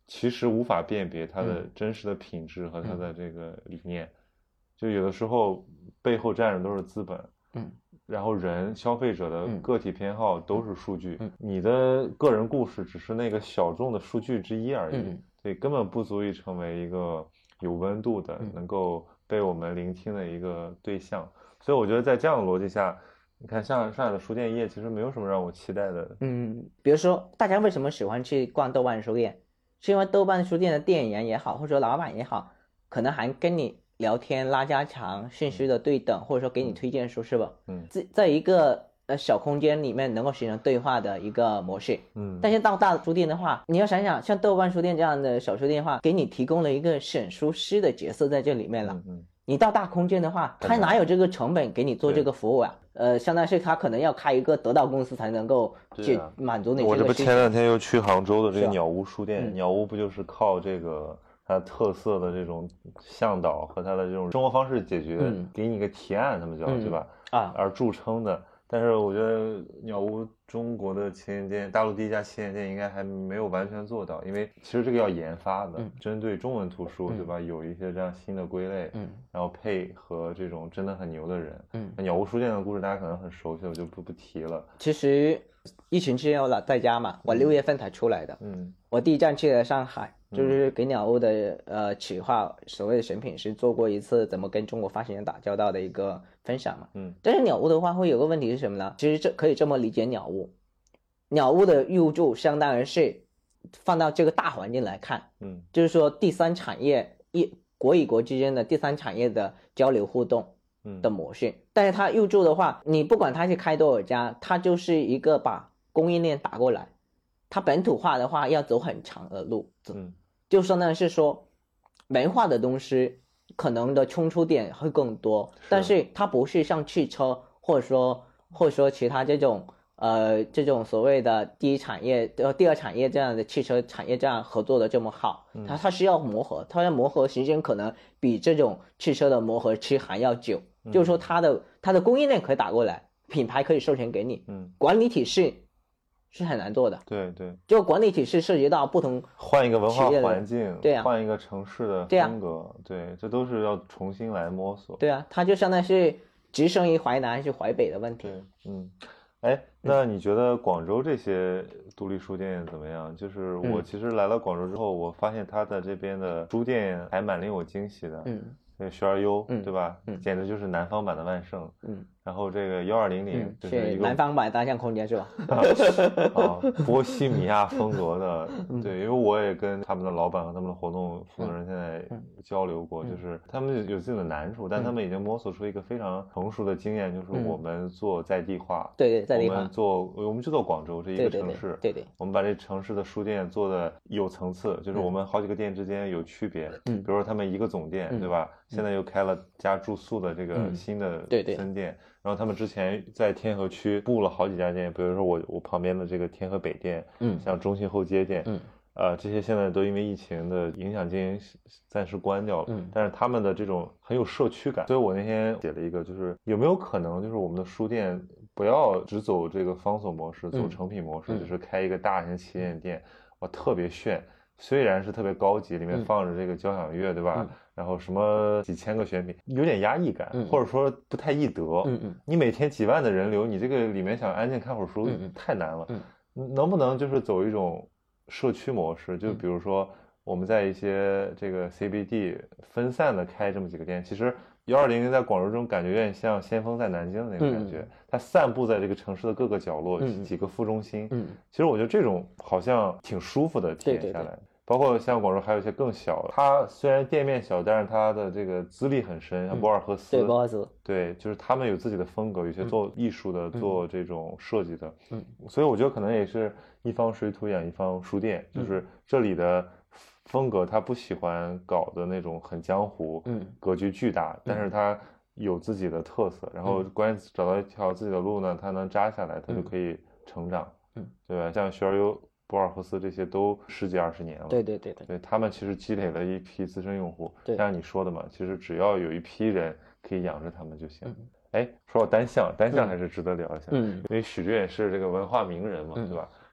其实无法辨别它的真实的品质和它的这个理念，就有的时候背后站着都是资本，然后消费者的个体偏好都是数据，你的个人故事只是那个小众的数据之一而已，对，根本不足以成为一个有温度的、能够被我们聆听的一个对象。所以我觉得在这样的逻辑下，你看像上海的书店业其实没有什么让我期待的。 比如说大家为什么喜欢去逛豆瓣书店，是因为豆瓣书店的店员也好，或者说老板也好，可能还跟你聊天拉家常，信息的对等，或者说给你推荐书，是吧？在一个小空间里面能够形成对话的一个模式。但是到大书店的话，你要想想，像豆瓣书店这样的小书店的话，给你提供了一个选书师的角色在这里面了。你到大空间的话，他哪有这个成本给你做这个服务啊？相当于是他可能要开一个得道公司才能够去满足你这个需求。 我这不前2天又去杭州的这个鸟屋书店，鸟屋不就是靠这个它特色的这种向导和它的这种生活方式解决，给你一个提案，他们叫对吧？而著称的。但是我觉得鸟屋中国的旗舰店，大陆第一家旗舰店应该还没有完全做到，因为其实这个要研发的，针对中文图书，对吧？有一些这样新的归类，然后配合这种真的很牛的人。鸟屋书店的故事大家可能很熟悉，我就不提了。 其实疫情之后了，在家嘛，我6月份才出来的。我第一站去了上海，就是给鸟屋的企划所谓的选品师做过一次怎么跟中国发行人打交道的一个分享嘛。但是鸟屋的话会有个问题是什么呢？其实可以这么理解鸟屋的入驻相当于是放到这个大环境来看，就是说第三产业国与国之间的第三产业的交流互动的模式。但是它入驻的话，你不管它是开多少家，它就是一个把供应链打过来，它本土化的话要走很长的路。就相当于是说文化的东西可能的冲出点会更多，但是它不是像汽车或者说其他这种所谓的第一产业第二产业这样的汽车产业这样合作的这么好。它是要磨合，它要磨合时间可能比这种汽车的磨合期还要久。就是说它的供应链可以打过来，品牌可以授权给你，管理体系是很难做的。 对， 就管理体系涉及到不同换一个文化环境， 对啊， 换一个城市的风格，对，这都是要重新来摸索。 对啊，它就相当于是置身于淮南还是淮北的问题。 对，那你觉得广州这些独立书店怎么样？就是我其实来了广州之后，我发现它的这边的书店还蛮令我惊喜的。那个学而优，对吧？简直就是南方版的万盛。然后这个1200就是一个南方版大象空间是吧？ 波西米亚风格的，对，因为我也跟他们的老板和他们的活动负责人现在交流过，就是他们有自己的难处，但他们已经摸索出一个非常成熟的经验，就是我们做在地化。 对，在地化。 我们就做广州这一个城市， 对， 我们把这城市的书店做的有层次，就是我们好几个店之间有区别，比如说他们一个总店，对吧？现在又开了家住宿的这个新的分店。然后他们之前在天河区布了好几家店，比如说我旁边的这个天河北店，像中信后街店，这些现在都因为疫情的影响经营暂时关掉了，但是他们的这种很有社区感。所以我那天写了一个，就是有没有可能就是我们的书店不要只走这个方所模式，走成品模式，就是开一个大型旗舰店，哇，特别炫，虽然是特别高级，里面放着这个交响乐，对吧？然后什么几千个选品，有点压抑感，或者说不太易得。你每天几万的人流，你这个里面想安静看会儿书太难了。能不能就是走一种社区模式？就比如说我们在一些这个 CBD 分散的开这么几个店，其实1200在广州中感觉有点像先锋在南京的那个感觉，它散布在这个城市的各个角落，几个副中心。其实我觉得这种好像挺舒服的体验下来。包括像广州还有一些更小的，它虽然店面小，但是它的这个资历很深，像博尔赫斯。 对，博尔赫斯。 对，就是他们有自己的风格，有些做艺术的，做这种设计的。所以我觉得可能也是一方水土养一方书店，就是这里的风格，他不喜欢搞的那种很江湖，格局巨大，但是他有自己的特色，然后关键找到一条自己的路呢，他能扎下来，他就可以成长，对吧？像学而优、博尔赫斯这些都10几20年了， 对， 他们其实积累了一批资深用户，像你说的嘛，其实只要有一批人可以养着他们就行。说到单向还是值得聊一下，因为许志远是这个文化名人嘛，对吧？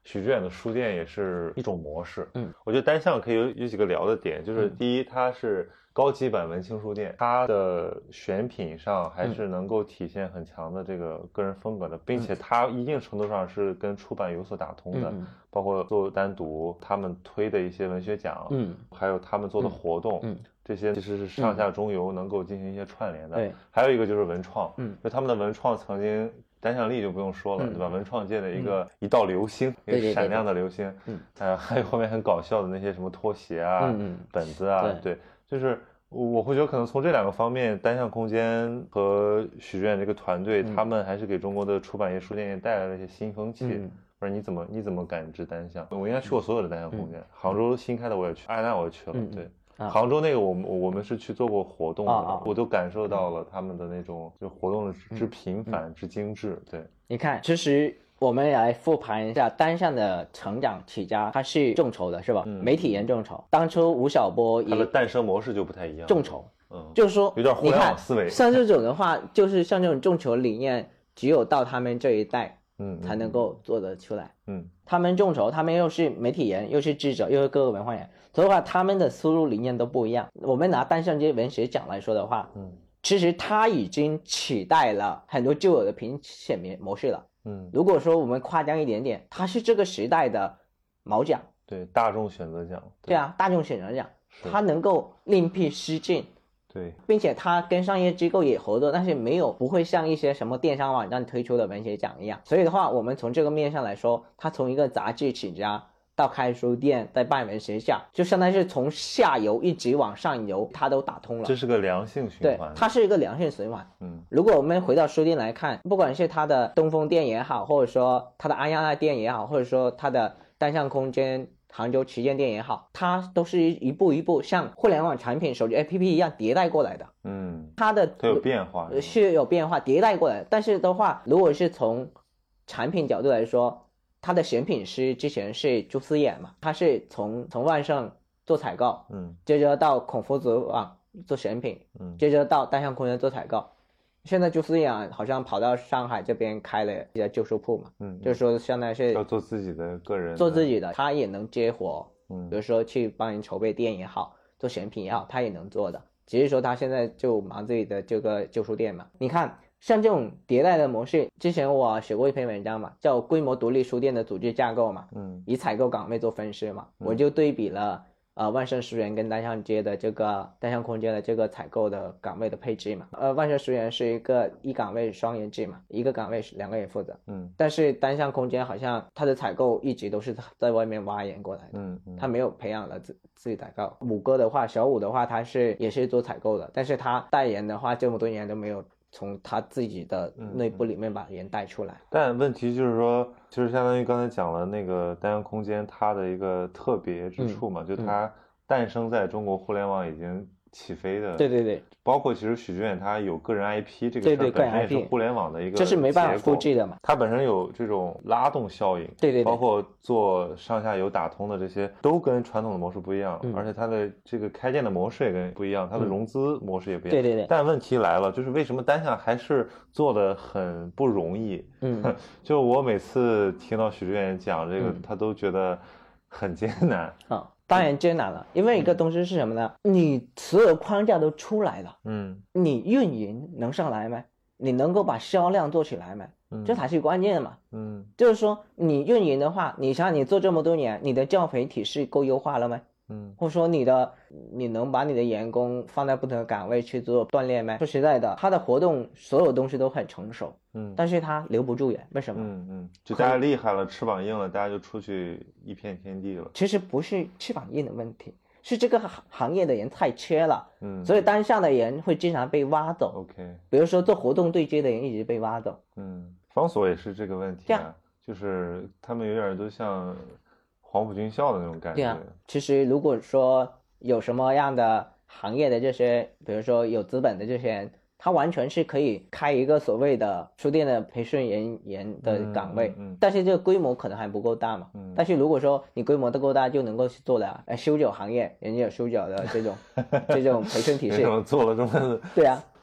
许知远的书店也是一种模式。我觉得单向可以有几个聊的点，就是第一，它是高级版文青书店，它的选品上还是能够体现很强的这个个人风格的，并且它一定程度上是跟出版有所打通的，包括做单独他们推的一些文学奖，还有他们做的活动，这些其实是上下中游能够进行一些串联的。对，还有一个就是文创，就他们的文创曾经单向力就不用说了，对吧？文创界的一道流星，一个闪亮的流星。还有后面很搞笑的那些什么拖鞋啊、本子啊，对，就是我会觉得可能从这两个方面，单向空间和许知远这个团队，他们还是给中国的出版业、书店业带来了一些新风气。不是你怎么感知单向？我应该去过所有的单向空间，杭州新开的我也去，爱奈我也去了，对。杭州那个我们是去做过活动的，我都感受到了他们的那种就活动之频繁之精致。对， 你看，其实我们来复盘一下单向的成长起家，它是众筹的，是吧？媒体人众筹，当初吴晓波他的诞生模式就不太一样， 众筹，就是说有点互联网思维。 像这种的话，就是像这种众筹理念，只有到他们这一代，才能够做得出来。他们众筹，他们又是媒体人，又是记者，又是各个文化人，所以的话，他们的思路理念都不一样。我们拿单向街文学奖来说的话，其实它已经取代了很多旧有的评选模式了。如果说我们夸张一点点，它是这个时代的毛奖， 对，大众选择奖， 对啊，大众选择奖，它能够另辟蹊径。 对， 并且它跟商业机构也合作，但是不会像一些什么电商网站推出的文学奖一样。所以的话，我们从这个面上来说，它从一个杂志起家到开书店，再办文学奖，就相当于是从下游一直往上游，它都打通了。 这是个良性循环。 对，它是一个良性循环。如果我们回到书店来看，不管是它的东风店也好，或者说它的安亚那店也好，或者说它的单向空间杭州旗舰店也好，它都是一步一步像互联网产品、手机 APP 一样迭代过来的。它有变化， 是有变化，迭代过来。但是的话，如果是从产品角度来说，它的选品师之前是朱思衍嘛，他是从万盛做采购，接着到孔夫子网做选品，接着到单向空间做采购。现在朱思衍好像跑到上海这边开了一家旧书铺嘛，就是说相当于是要做自己的个人， 做自己的，他也能接活，比如说去帮人筹备店也好，做选品也好，他也能做的。只是说他现在就忙自己的这个旧书店嘛。你看，像这种迭代的模式，之前我写过一篇文章嘛，叫规模独立书店的组织架构嘛，以采购岗位做分析嘛，我就对比了。万盛书园跟单向街的这个单向空间的这个采购的岗位的配置嘛，万盛书园是一岗位双人制嘛，一个岗位是2个人负责，但是单向空间好像它的采购一直都是在外面挖人过来的，他没有培养了自己采购。五哥的话，小五的话，他也是做采购的，但是他带人的话，这么多年都没有从他自己的内部里面把人带出来。 但问题就是说，就是相当于刚才讲了那个单向空间它的一个特别之处嘛，就它诞生在中国互联网已经起飞的。 对对对， 包括其实许知远他有个人 IP 这个事儿本身也是互联网的一个， 这是没办法复制的嘛。 它本身有这种拉动效应， 对， 包括做上下游打通的这些都跟传统的模式不一样，而且它的这个开店的模式也跟不一样，它的融资模式也不一样。 对。 但问题来了，就是为什么单向还是做的很不容易？就我每次听到许知远讲这个，他都觉得很艰难啊。当然艰难了，因为一个东西是什么呢？你所有框架都出来了，你运营能上来吗？你能够把销量做起来吗？这才是关键嘛。就是说你运营的话，你想你做这么多年，你的教培体系够优化了吗？或者说你能把你的员工放在不同的岗位去做锻炼吗？说实在的，他的活动所有东西都很成熟，但是他留不住人，为什么？ 就大家厉害了，翅膀硬了，大家就出去一片天地了。 其实不是翅膀硬的问题，是这个行业的人太缺了，所以单向的人会经常被挖走。 OK， 比如说做活动对接的人一直被挖走。 方所也是这个问题啊，就是他们有点都像黄埔军校的那种感觉。 对啊，其实如果说有什么样的行业的这些，比如说有资本的这些人，他完全是可以开一个所谓的书店的培训人员的岗位，但是这个规模可能还不够大嘛。但是如果说你规模都够大，就能够去做了修酒行业，人家有修酒的这种培训体系， 做了这么对啊，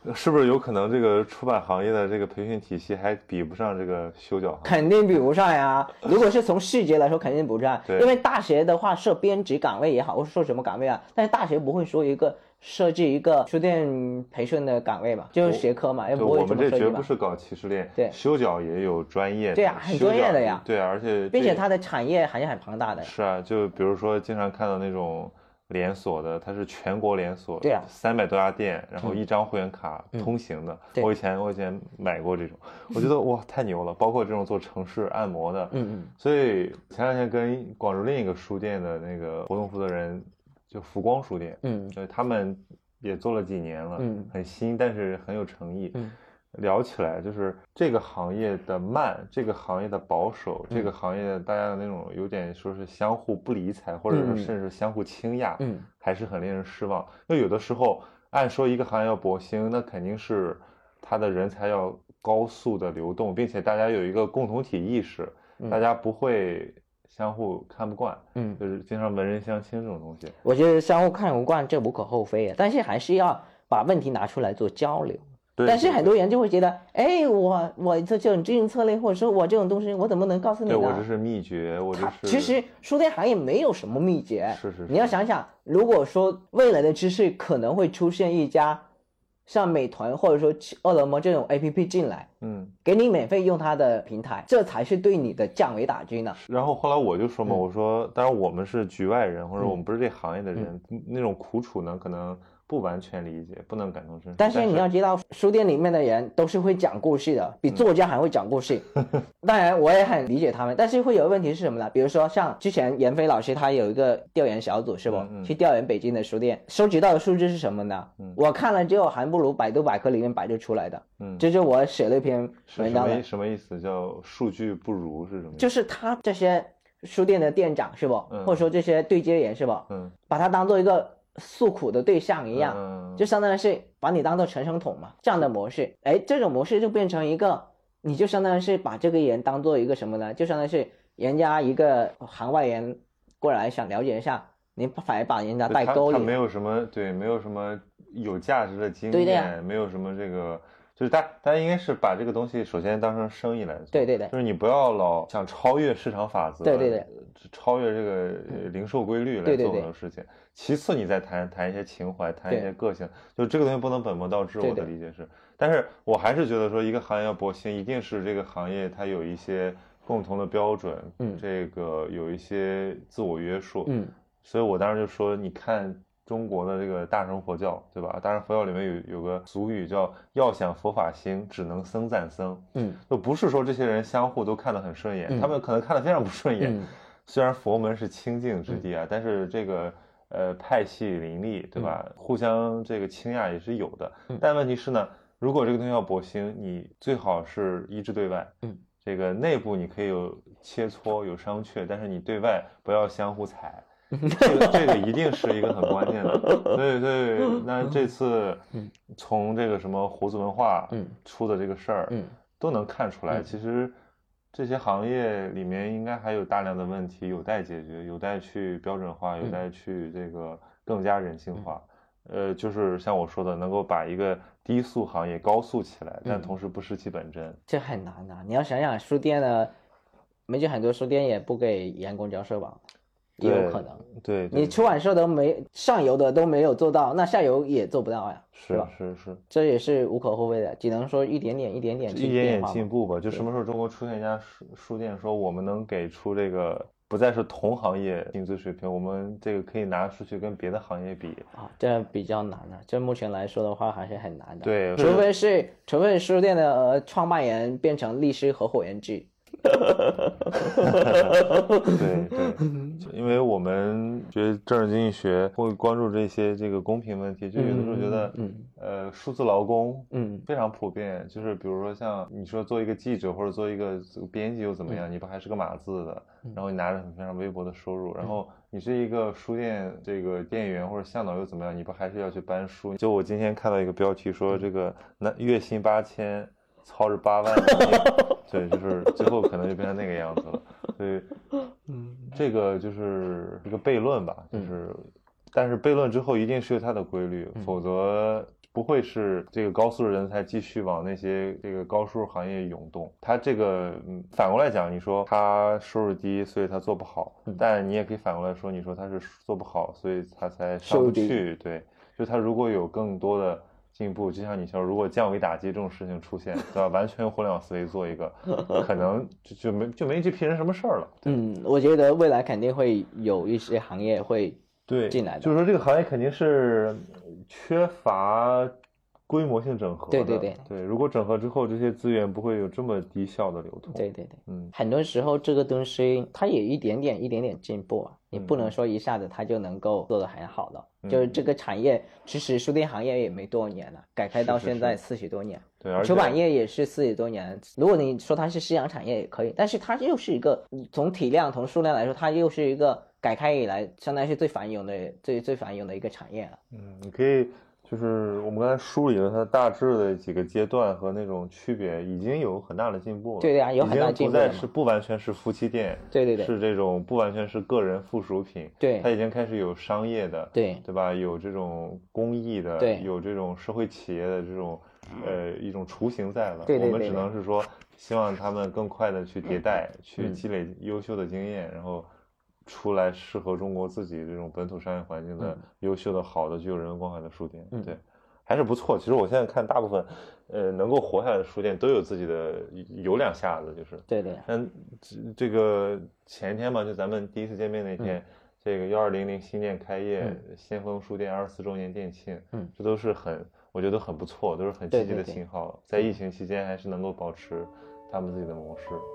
是不是有可能这个出版行业的这个培训体系还比不上这个修脚行业？ 肯定比不上呀！如果是从细节来说，肯定比不上。因为大学的话设编辑岗位也好，或者说什么岗位啊，但是大学不会说设计一个书店培训的岗位嘛，就是学科嘛，也不会这么设计嘛。 我们这绝不是搞歧视链， 对， 修脚也有专业的， 对啊，很专业的呀， 对啊，而且并且它的产业还是很庞大的。 是啊，就比如说经常看到那种连锁的，它是全国连锁， 对啊 ，300多家店，然后1张会员卡通行的。我以前买过这种，我觉得哇太牛了，包括这种做城市按摩的，所以前两天跟广州另一个书店的那个活动负责人，就福光书店，他们也做了几年了，很新，但是很有诚意。聊起来就是这个行业的慢，这个行业的保守，这个行业大家的那种有点说是相互不理睬，或者是甚至相互倾轧，还是很令人失望。因为有的时候按说一个行业要博兴，那肯定是它的人才要高速的流动，并且大家有一个共同体意识，大家不会相互看不惯，就是经常文人相轻这种东西。 我觉得相互看不惯这无可厚非，但是还是要把问题拿出来做交流。但是很多人就会觉得，哎，我这种经营策略，或者说我这种东西，我怎么能告诉你呢？ 对，我这是秘诀，我这是。 其实书店行业没有什么秘诀， 是。 你要想想，如果说未来的知识可能会出现一家像美团或者说饿了么这种 APP 进来，给你免费用它的平台，这才是对你的降维打击呢。 然后后来我就说嘛，我说，当然我们是局外人，或者我们不是这行业的人，那种苦楚呢，可能不完全理解，不能感同身受。 但是你要知道，书店里面的人都是会讲故事的，比作家还会讲故事。当然，我也很理解他们，但是会有个问题是什么呢？比如说像之前闫飞老师他有一个调研小组，是不？去调研北京的书店，收集到的数据是什么呢？我看了之后还不如百度百科里面百度出来的。这是我写了一篇文章的。 什么意思？叫数据不如是什么意思？ 就是他这些书店的店长是不？或者说这些对接人是不？把它当做一个诉苦的对象一样，就相当于是把你当做传声筒嘛，这样的模式，哎，这种模式就变成一个，你就相当于是把这个人当做一个什么呢？就相当于是人家一个行外人过来想了解一下，你反而把人家带沟里， 他没有什么没有什么有价值的经验，没有什么这个。就是大家应该是把这个东西首先当成生意来做， 对， 就是你不要老想超越市场法则， 对， 超越这个零售规律来做很多事情。其次你再谈一些情怀，谈一些个性，就这个东西不能本末倒置。我的理解是，但是我还是觉得说一个行业要博兴，一定是这个行业它有一些共同的标准，这个有一些自我约束，所以我当时就说，你看。中国的这个大乘佛教，对吧？大乘佛教里面有个俗语叫“要想佛法兴，只能僧赞僧”。就不是说这些人相互都看得很顺眼，他们可能看得非常不顺眼。虽然佛门是清净之地啊，但是这个派系林立，对吧？互相这个倾轧也是有的。但问题是呢，如果这个东西要博兴，你最好是一致对外。这个内部你可以有切磋、有商榷，但是你对外不要相互踩。这个一定是一个很关键的，所以那这次从这个什么胡子文化出的这个事儿，都能看出来，其实这些行业里面应该还有大量的问题有待解决，有待去标准化，有待去这个更加人性化。就是像我说的，能够把一个低速行业高速起来，但同时不失其本真， 这很难的。你要想想，书店呢，没准很多书店也不给员工交社保。也有可能， 对你出版社都没上游的都没有做到，那下游也做不到呀， 是吧？ 是，这也是无可厚非的，只能说一点点进步吧。就什么时候中国出现一家书店说我们能给出这个不再是同行业薪资水平，我们这个可以拿出去跟别的行业比啊，这比较难的。这目前来说的话还是很难的。 对， 除非是书店的创办人变成律师合伙人制。 对，因为我们学政治经济学会关注这个公平问题，就有的时候觉得，数字劳工，非常普遍。就是比如说像你说做一个记者或者做一个编辑又怎么样，你不还是个码字的，然后你拿着非常微薄的收入，然后你是一个书店这个店员或者向导又怎么样，你不还是要去搬书？就我今天看到一个标题说这个月薪8000。操着8万，对，就是最后可能就变成那个样子了。所以，这个就是一个悖论吧，就是，但是悖论之后一定是有它的规律，否则不会是这个高素质人才继续往那些这个高收入行业涌动。他这个反过来讲，你说他收入低，所以他做不好，但你也可以反过来说，你说他是做不好，所以他才上不去。对，就他如果有更多的进步，就像你说，如果降维打击这种事情出现，对吧？完全用互联网思维做一个，可能就没这批人什么事儿了。 我觉得未来肯定会有一些行业会进来的， 就是说这个行业肯定是缺乏规模性整合的。对，如果整合之后，这些资源不会有这么低效的流通。 对，很多时候这个东西它也一点点进步啊，你不能说一下子它就能够做得很好的。就是这个产业，其实书店行业也没多年了，改开到现在40多年。 对，而且出版业也是40多年。如果你说它是夕阳产业也可以，但是它又是一个从体量从数量来说，它又是一个改开以来相当于是最繁荣的一个产业了。 你可以就是我们刚才梳理了它大致的几个阶段和那种区别，已经有很大的进步了。 对呀，有很大进步了。 不完全是夫妻店， 对， 是这种不完全是个人附属品。 对， 它已经开始有商业的，对吧？有这种公益的， 对， 有这种社会企业的这种一种雏形在了。 对， 我们只能是说，希望他们更快的去迭代，去积累优秀的经验，然后出来适合中国自己这种本土商业环境的优秀的好的具有人文关怀的书店。对，还是不错。其实我现在看大部分能够活下来的书店都有自己的有两下子，就是对。 但这个前天嘛，就咱们第一次见面那天，这个1200新店开业，先锋书店24周年店庆，这都是我觉得很不错，都是很积极的信号。在疫情期间还是能够保持他们自己的模式。